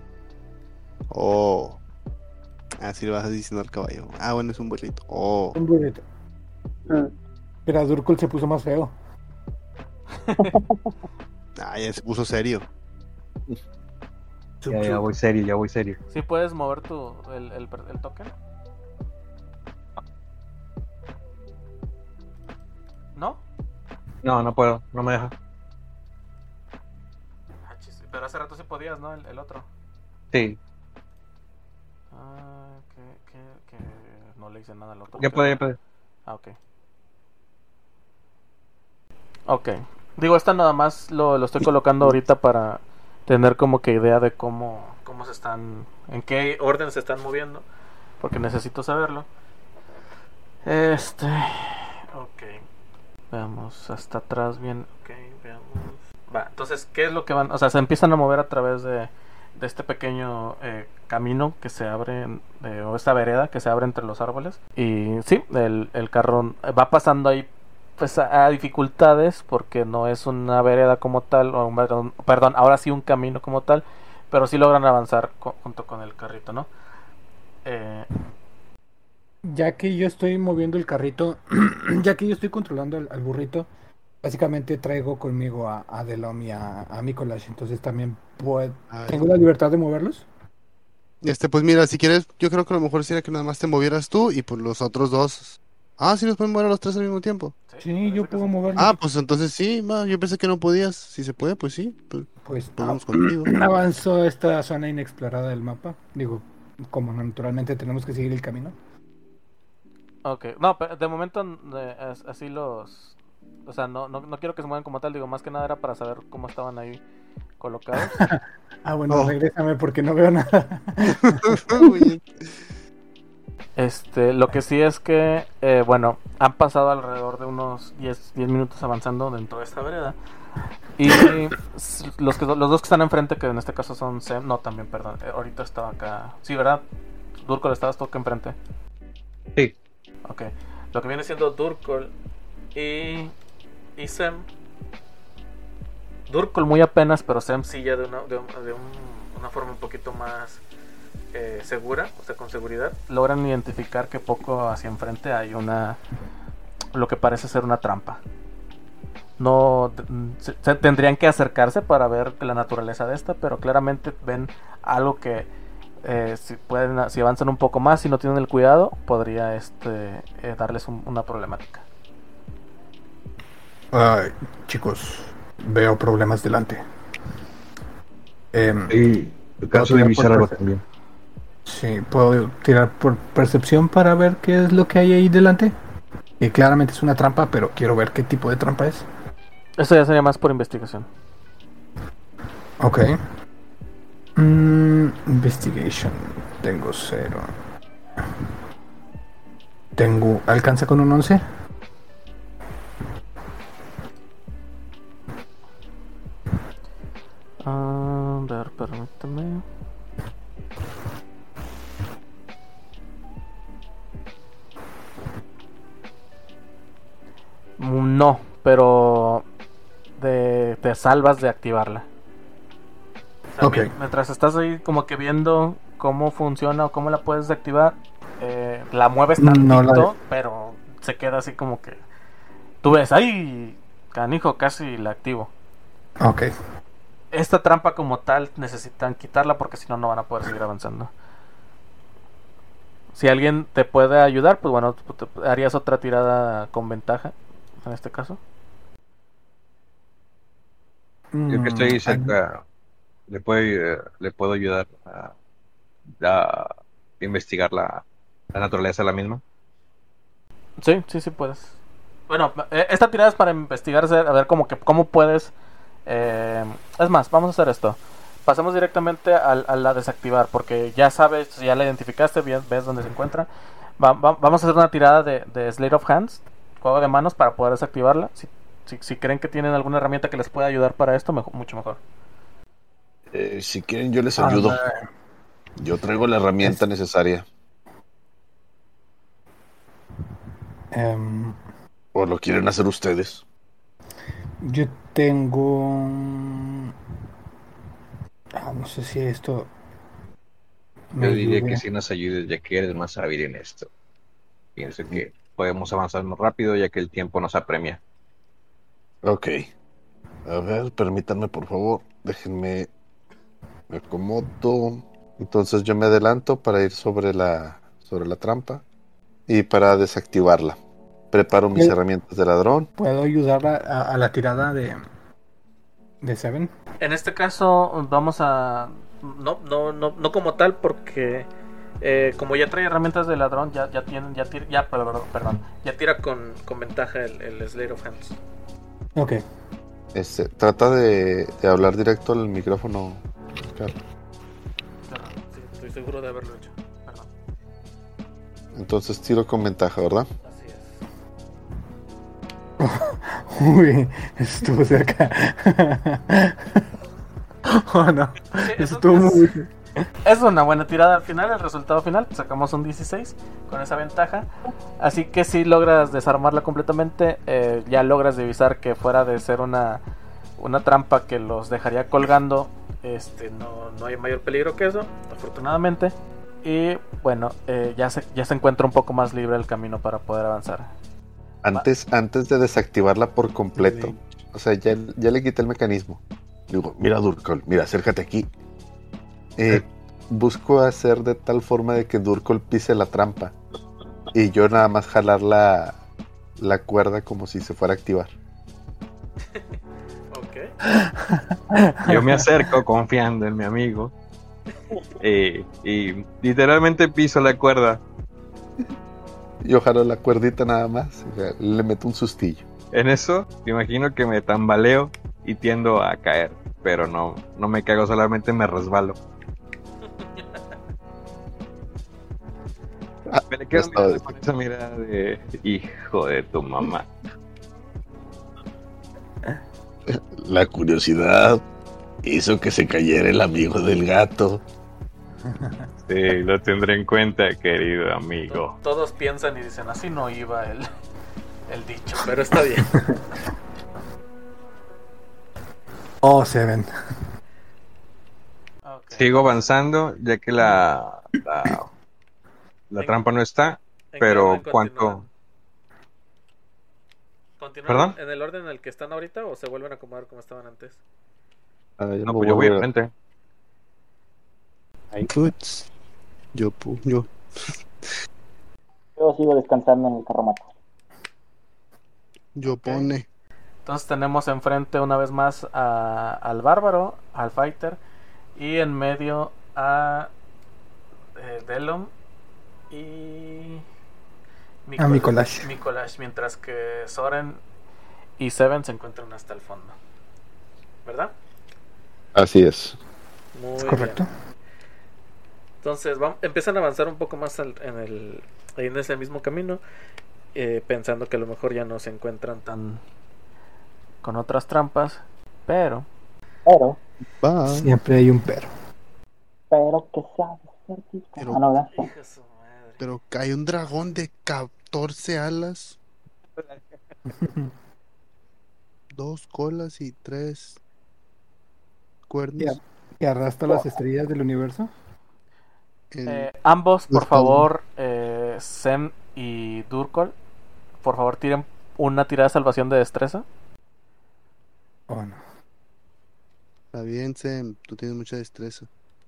Así le vas diciendo al caballo. Ah, bueno, es un burrito. Oh. Un burrito. Pero a Durkul se puso más feo. Ah, ya se puso serio. Ya voy serio. ¿Sí puedes mover el token? ¿No? No puedo, no me deja. Ah, chis, pero hace rato sí podías, ¿no? El otro. Sí, Ah, que no le hice nada al otro. ya puede. Ah, ok. Ok. Digo, esta nada más lo estoy colocando ahorita para tener como que idea de cómo se están, en qué orden se están moviendo, porque necesito saberlo. Ok. Veamos hasta atrás bien. Ok, veamos. Va, entonces, ¿qué es lo que van? O sea, se empiezan a mover a través de este pequeño camino que se abre, o esta vereda que se abre entre los árboles. Y sí, el carro va pasando ahí pues a dificultades porque no es una vereda como tal, perdón, ahora sí un camino como tal, pero sí logran avanzar junto con el carrito, ¿no? Ya que yo estoy moviendo el carrito, ya que yo estoy controlando al burrito, básicamente traigo conmigo a Delom y a Nicolás, entonces también tengo la libertad de moverlos. Pues mira, si quieres, yo creo que lo mejor sería que nada más te movieras tú y pues los otros dos. Ah, sí, nos pueden mover a los tres al mismo tiempo. Sí, yo puedo moverlos. Ah, pues entonces sí, yo pensé que no podías. Si se puede, pues sí. Pues vamos contigo. Avanzo esta zona inexplorada del mapa. Digo, como naturalmente tenemos que seguir el camino. Ok, no, pero de momento así los... O sea, no quiero que se muevan como tal, digo, más que nada era para saber cómo estaban ahí colocados. Ah, bueno, regrésame porque no veo nada. Lo que sí es que, bueno, han pasado alrededor de unos 10 minutos avanzando dentro de esta vereda. Y los dos que están enfrente, que en este caso son Sem, no, también, perdón, ahorita estaba acá. Sí, ¿verdad? Durkol, estabas tú acá enfrente. Sí. Ok, lo que viene siendo Durkol y Sem. Durkol muy apenas, pero Sem sí ya de una forma un poquito más segura, o sea, con seguridad, logran identificar que poco hacia enfrente hay lo que parece ser una trampa. No tendrían que acercarse para ver la naturaleza de esta, pero claramente ven algo que si avanzan un poco más y no tienen el cuidado, podría darles una problemática. Ay, chicos, veo problemas delante. Sí, ¿puedo caso de tirar divisar por algo perce- también. Sí, puedo tirar por percepción para ver qué es lo que hay ahí delante. Y claramente es una trampa, pero quiero ver qué tipo de trampa es. Eso ya sería más por investigación. Ok. Investigation. Tengo 0. ¿Alcanza con un 11? A ver, permítame. No, pero te salvas de activarla. O sea, Ok. mientras estás ahí como que viendo cómo funciona o cómo la puedes activar, la mueves No tantito, pero se queda así como que tú ves, ¡ay! Canijo, casi la activo. Ok. Esta trampa como tal necesitan quitarla porque si no, no van a poder seguir avanzando. Si alguien te puede ayudar, pues bueno, harías otra tirada con ventaja en este caso. Yo que estoy Ay, cerca, le puedo ayudar a investigar la naturaleza de la misma. Sí, sí, sí puedes. Bueno, esta tirada es para investigar, a ver cómo puedes. Es más, vamos a hacer esto. Pasemos directamente a la desactivar, porque ya sabes, ya la identificaste, ves dónde se encuentra. Vamos a hacer una tirada de Slate of Hands, juego de manos, para poder desactivarla. Si creen que tienen alguna herramienta que les pueda ayudar para esto, mucho mejor. Si quieren, yo les ayudo. Yo traigo la herramienta necesaria. ¿O lo quieren hacer ustedes? Yo tengo... no sé si esto me Yo diría que ayude. sí nos ayudes, ya que eres más hábil en esto. Pienso que podemos avanzar más rápido, ya que el tiempo nos apremia. Ok. A ver, permítanme, por favor. Déjenme... Me acomodo. Entonces yo me adelanto para ir sobre la trampa y para desactivarla. Preparo mis herramientas de ladrón. ¿Puedo ayudar a la tirada de Seven? En este caso vamos a no como tal porque como ya trae herramientas de ladrón ya tira con ventaja el Slate of Hands. Ok. Trata de hablar directo al micrófono, Oscar. Perdón, sí, estoy seguro de haberlo hecho. Perdón. Entonces tiro con ventaja, ¿verdad? Así es. Uy, estuvo cerca. Oh, no. Sí, Estuvo muy... Es una buena tirada al final, el resultado final, sacamos un 16 con esa ventaja. Así que si logras desarmarla completamente, ya logras divisar que fuera de ser una trampa que los dejaría colgando, no hay mayor peligro que eso, afortunadamente. Y bueno, ya se encuentra un poco más libre el camino para poder avanzar. Antes de desactivarla por completo, o sea, ya le quité el mecanismo. Digo, mira, Durkol, mira, acércate aquí. Busco hacer de tal forma de que Durkol pise la trampa y yo nada más jalar la cuerda como si se fuera a activar. Ok. Yo me acerco confiando en mi amigo y literalmente piso la cuerda. Yo jalo la cuerdita nada más, o sea, le meto un sustillo. En eso, me imagino que me tambaleo y tiendo a caer, pero no me caigo, solamente me resbalo. Me le quedo mirando con esa mirada de hijo de tu mamá. La curiosidad hizo que se cayera el amigo del gato. Sí, lo tendré en cuenta, querido amigo. Todos piensan y dicen, así no iba el dicho, pero está bien. Oh, Seven. Okay. Sigo avanzando, ya que la trampa no está, pero ¿cuánto? ¿Continúan en el orden en el que están ahorita o se vuelven a acomodar como estaban antes? No, pues yo voy al frente. Pues, yo. Yo sigo descansando en el carromato. Yo pone. Entonces tenemos enfrente una vez más al bárbaro, al fighter, y en medio a Delon y A Mikolash. Mikolash, mientras que Soren y Seven se encuentran hasta el fondo. ¿Verdad? Así es. Muy ¿Es correcto? bien. Entonces empiezan a avanzar un poco más en ese mismo camino, pensando que a lo mejor ya no se encuentran tan con otras trampas, pero Pero Siempre hay un pero. que sea desértico. Pero- Ah, no, ¿verdad? hija de su madre. Pero cae un dragón de 14 alas, 2 colas y 3 cuernos. Que arrastra las estrellas del universo. Ambos, por Los favor, Sem y Durkol, por favor tiren una tirada de salvación de destreza. Oh, no. Está bien, Sem, tú tienes mucha destreza.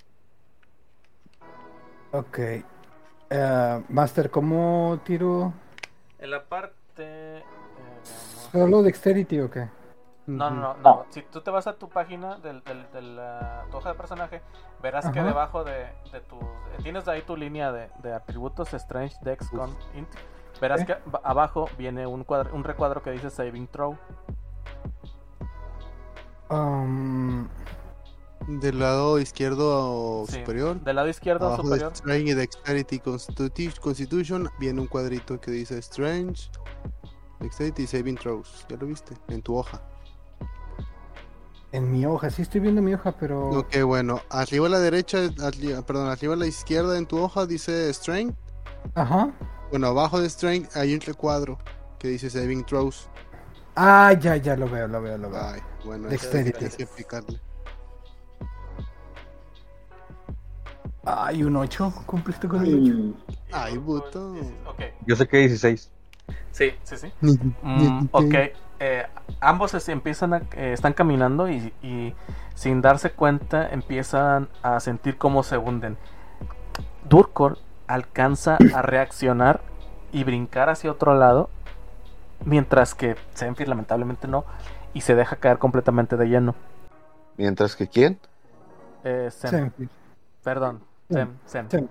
Ok. Master, ¿cómo tiro? En la parte... veamos. ¿Solo Dexterity o qué? No. Si tú te vas a tu página de tu hoja de personaje, verás que Ajá. debajo de tu... Tienes ahí tu línea de atributos Strange, Dex, Con, Int. Verás Ok. que abajo viene un recuadro que dice Saving Throw. Del lado izquierdo Sí, superior, del lado izquierdo abajo superior. de Strength y Dexterity Constitution, viene un cuadrito que dice Strange, Dexterity y Saving Throws. ¿Ya lo viste? En tu hoja. En mi hoja, sí estoy viendo mi hoja, pero... Ok, bueno, arriba a la derecha, arriba a la izquierda en tu hoja dice Strength. Ajá. Bueno, abajo de Strength hay un recuadro que dice Saving Throws. Ah, ya lo veo. Ay, bueno, Dexterity. tienes que aplicarle. Ay, un 8. ¿Cumpliste con el 8? Ay, puto. Ok, Yo sé que 16. sí. Ok, ambos están caminando y sin darse cuenta empiezan a sentir cómo se hunden. Durkol alcanza a reaccionar y brincar hacia otro lado, mientras que Zenfir lamentablemente no, y se deja caer completamente de lleno. Mientras que ¿quién? Sem, perdón, Sem.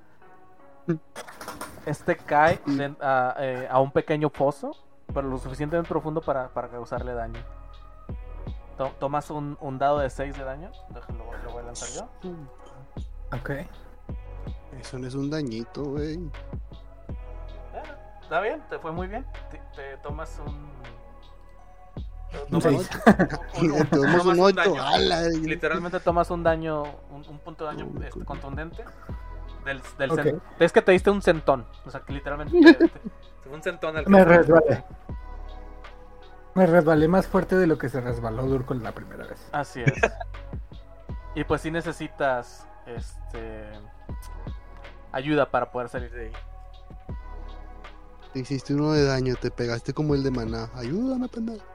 Este cae a un pequeño pozo, pero lo suficientemente profundo para causarle daño. Tomas un dado de 6 de daño. Lo voy a lanzar yo. Ok. Eso no es un dañito, güey. Está bien, te fue muy bien. Te tomas un... Un tomas- 6. Tomamos tomas un 8. daño. Literalmente tomas un daño, un punto de daño contundente del Ok. Es que te diste un centón. O sea, que literalmente un centón al Me resbalé. Me resbalé más fuerte de lo que se resbaló Durkol la primera vez. Así es. Y pues sí necesitas ayuda para poder salir de ahí. Te hiciste uno de daño, te pegaste como el de Maná. Ayúdame, pendejo.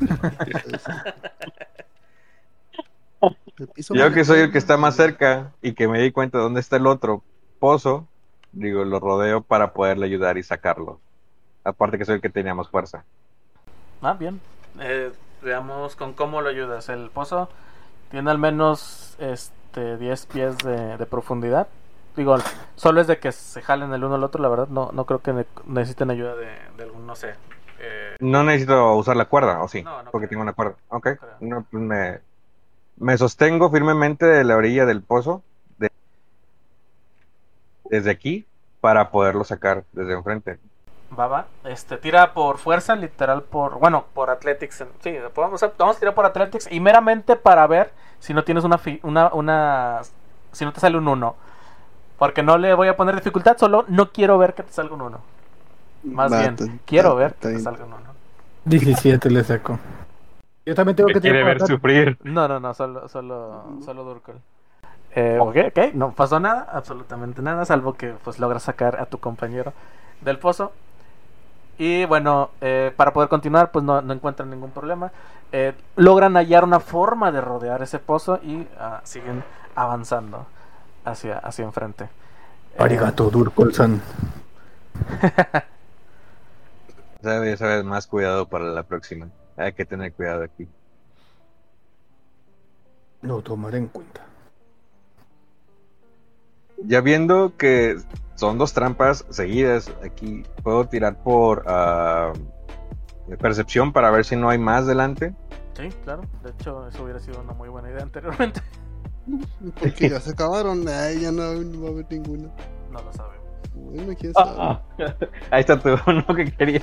Yo que soy el que está más cerca y que me di cuenta de dónde está el otro pozo, digo, lo rodeo para poderle ayudar y sacarlo. Aparte que soy el que tenía más fuerza. Ah, bien. Veamos con cómo lo ayudas. El pozo tiene al menos 10 pies de profundidad. Digo, solo es de que se jalen el uno al otro, la verdad. No creo que necesiten ayuda de algún, no sé. No necesito usar la cuerda, ¿o sí? No Porque creo. tengo una cuerda. Ok. creo. No, pues me sostengo firmemente de la orilla del pozo, desde aquí, para poderlo sacar desde enfrente. Va. Tira por fuerza, literal por Athletics. Sí, vamos a tirar por Athletics y meramente para ver si no tienes si no te sale un 1. Porque no le voy a poner dificultad, solo no quiero ver que te salga un 1. Más bien, quiero ver que te salga un 1. 17 le saco. Yo también tengo que Me quiere tirar ver por sufrir. No, solo Durkol. Ok, no pasó nada, absolutamente nada, salvo que pues logras sacar a tu compañero del pozo. Y bueno, para poder continuar, pues no encuentran ningún problema. Logran hallar una forma de rodear ese pozo y siguen avanzando hacia enfrente. Arigato, Durkol-san. Sabes, más cuidado para la próxima. Hay que tener cuidado aquí. Lo tomaré en cuenta. Ya viendo que son 2 trampas seguidas, aquí puedo tirar por percepción para ver si no hay más delante. Sí, claro. De hecho, eso hubiera sido una muy buena idea anteriormente. Porque ya se acabaron. Ay, ya no va a haber ninguna. No lo sabemos. Bueno, quién sabe. Ahí está tu uno que querías.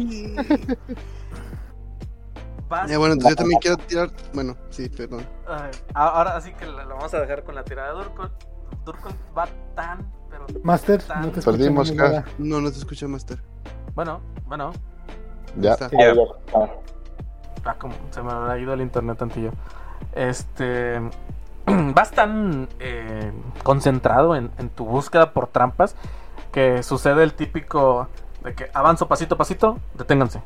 Bueno, entonces yo también quiero tirar. Bueno, sí, perdón. Ahora sí que lo vamos a dejar con la tirada de Durkol. Durkol va pero Master, tan- no te Perdimos, escuchamos Car. nada. No se escucha, Master. Bueno. Ya. Está. Ahí Ya. ya estamos. Como se me ha ido el internet tantillo. Vas tan concentrado en tu búsqueda por trampas que sucede el típico de que avanzo pasito a pasito, deténganse.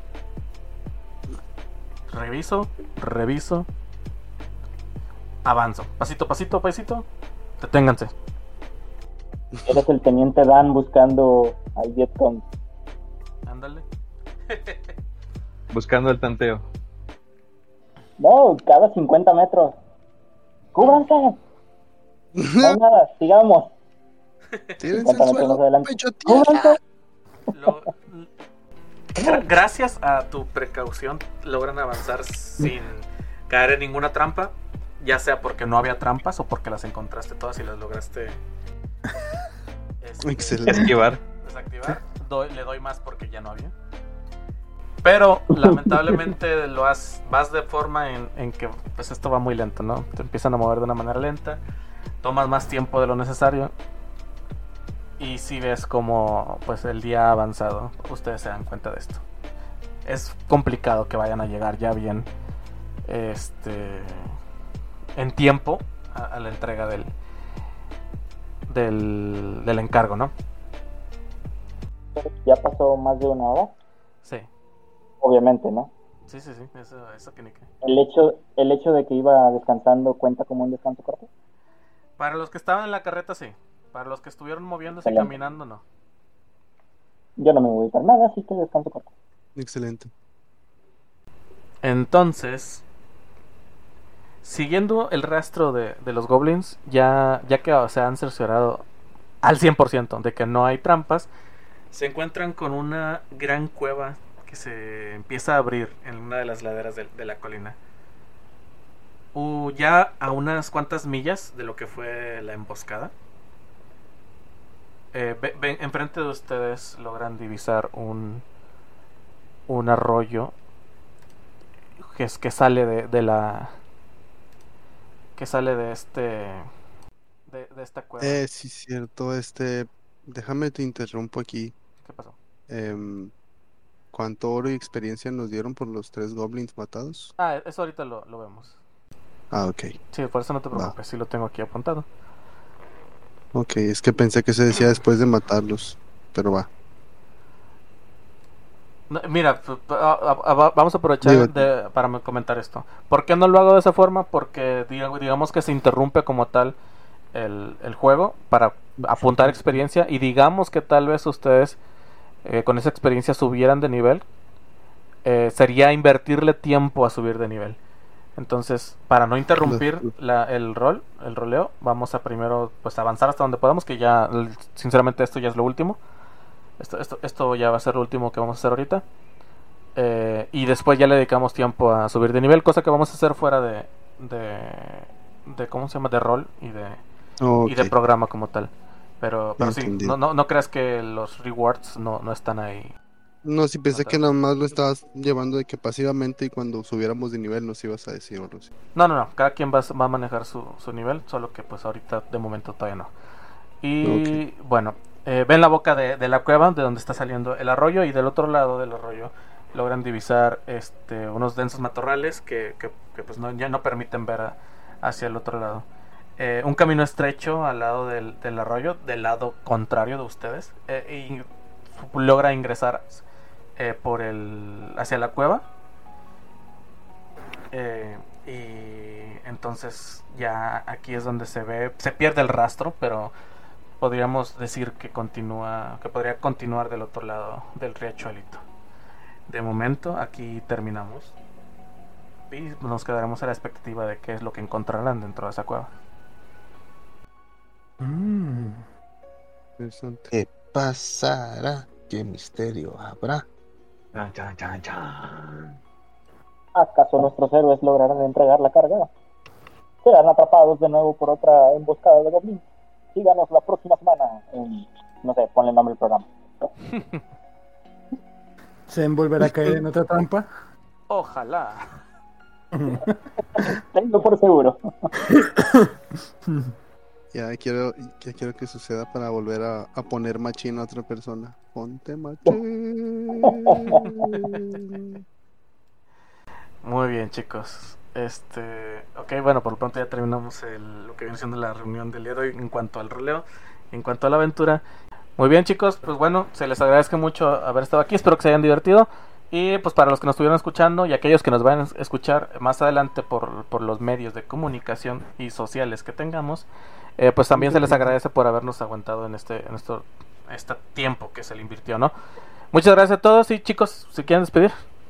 Reviso, avanzo, pasito a pasito, deténganse. Eres el teniente Dan buscando al Vietcong. Ándale. Buscando el tanteo. No, cada 50 metros. ¡Cúbranse! No hay nada, sigamos. Tírense 50 al metros más suelo, adelante. pecho tierra. ¡Cúbranse! Gracias a tu precaución logran avanzar sin caer en ninguna trampa, ya sea porque no había trampas o porque las encontraste todas y las lograste Excelente. Esquivar. desactivar. Le doy más porque ya no había. Pero lamentablemente vas de forma en que pues esto va muy lento, ¿no? Te empiezan a mover de una manera lenta, tomas más tiempo de lo necesario. Y si ves como pues el día ha avanzado, ustedes se dan cuenta de esto. Es complicado que vayan a llegar ya bien en tiempo a la entrega del encargo, ¿no? Ya pasó más de una hora, Sí, obviamente, ¿no? sí, eso que ni qué. El hecho de que iba descansando cuenta como un descanso corto. Para los que estaban en la carreta, sí. Para los que estuvieron moviéndose y Excelente. caminando, no. Yo no me voy a evitar nada, así que descanso corto. Excelente. Entonces, siguiendo el rastro de los goblins, ya que se han cerciorado al 100% de que no hay trampas, se encuentran con una gran cueva que se empieza a abrir en una de las laderas de la colina. Ya a unas cuantas millas de lo que fue la emboscada. Enfrente de ustedes logran divisar un arroyo que sale de esta cueva. Sí, cierto. Déjame te interrumpo aquí. ¿Qué pasó? ¿Cuánto oro y experiencia nos dieron por los 3 goblins matados? Eso ahorita lo vemos. Ok. Sí, por eso no te preocupes, Va. sí lo tengo aquí apuntado. Ok, es que pensé que se decía después de matarlos. Pero va. No, mira, vamos a aprovechar Digo- para comentar esto. ¿Por qué no lo hago de esa forma? Porque digamos que se interrumpe como tal el juego para apuntar experiencia y digamos que tal vez ustedes con esa experiencia subieran de nivel. Sería invertirle tiempo a subir de nivel. Entonces, para no interrumpir el roleo, vamos a primero pues avanzar hasta donde podamos, que ya sinceramente esto ya es lo último. Esto ya va a ser lo último que vamos a hacer ahorita. Y después ya le dedicamos tiempo a subir de nivel, cosa que vamos a hacer fuera de ¿cómo se llama? De rol y de Ok. programa como tal. Pero sí, Entendido. no creas que los rewards no están ahí. No, si pensé No te- que nada más lo estabas llevando de que pasivamente y cuando subiéramos de nivel nos ibas a decir o algo así. No, cada quien va a manejar su nivel, solo que pues ahorita de momento todavía no. Y bueno, ven la boca de la cueva de donde está saliendo el arroyo y del otro lado del arroyo logran divisar unos densos matorrales que pues ya no permiten ver hacia el otro lado. Un camino estrecho al lado del arroyo, del lado contrario de ustedes, y logra ingresar hacia la cueva. Y entonces ya aquí es donde se pierde el rastro, pero podríamos decir que podría continuar del otro lado del riachuelito. De momento aquí terminamos. Y nos quedaremos a la expectativa de qué es lo que encontrarán dentro de esa cueva. Interesante. ¿Qué pasará? ¿Qué misterio habrá? Chan, chan, chan, chan. ¿Acaso nuestros héroes lograrán entregar la carga? ¿Serán atrapados de nuevo por otra emboscada de goblins? Síganos la próxima semana en, no sé, ponle el nombre del programa. ¿Se volverá a caer en otra trampa? Ojalá. Tengo por seguro. Ya quiero que suceda para volver a poner machino a otra persona. Ponte machín. Muy bien, chicos. Ok, bueno, por lo pronto ya terminamos lo que viene siendo la reunión del día de hoy en cuanto al roleo, en cuanto a la aventura. Muy bien, chicos, pues bueno, se les agradezco mucho haber estado aquí, espero que se hayan divertido. Y pues para los que nos estuvieron escuchando y aquellos que nos van a escuchar más adelante por los medios de comunicación y sociales que tengamos, pues también se les agradece por habernos aguantado en este tiempo que se le invirtió, ¿no? Muchas gracias a todos y chicos, si quieren despedir.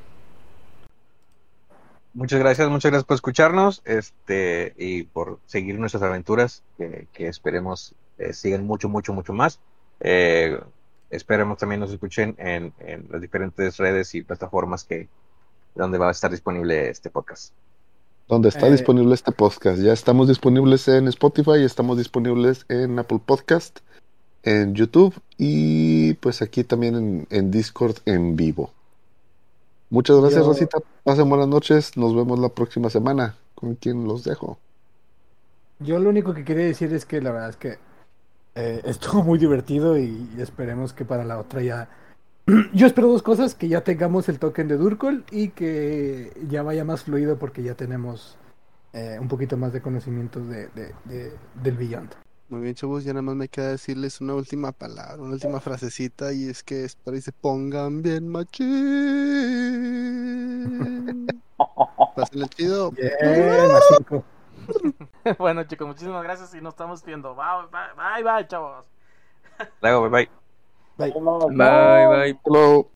Muchas gracias por escucharnos, y por seguir nuestras aventuras, que esperemos sigan mucho más. Esperemos también nos escuchen en las diferentes redes y plataformas donde va a estar disponible este podcast. ¿Dónde está disponible este podcast? Ya estamos disponibles en Spotify, estamos disponibles en Apple Podcast, en YouTube y pues aquí también en Discord en vivo. Muchas gracias, Rosita. Pasen buenas noches. Nos vemos la próxima semana. ¿Con quién los dejo? Yo lo único que quería decir es que la verdad es que estuvo muy divertido y esperemos que para la otra ya... Yo espero dos cosas, que ya tengamos el token de Durkol y que ya vaya más fluido porque ya tenemos un poquito más de conocimientos del Beyond. Muy bien, chavos, ya nada más me queda decirles una última palabra, una última frasecita, y es que espero y se pongan bien machín. Pásenle chido. Más 5. Bueno, chicos, muchísimas gracias y nos estamos viendo. Bye, chavos. Luego, bye. Bye. Bye, bye. Hello.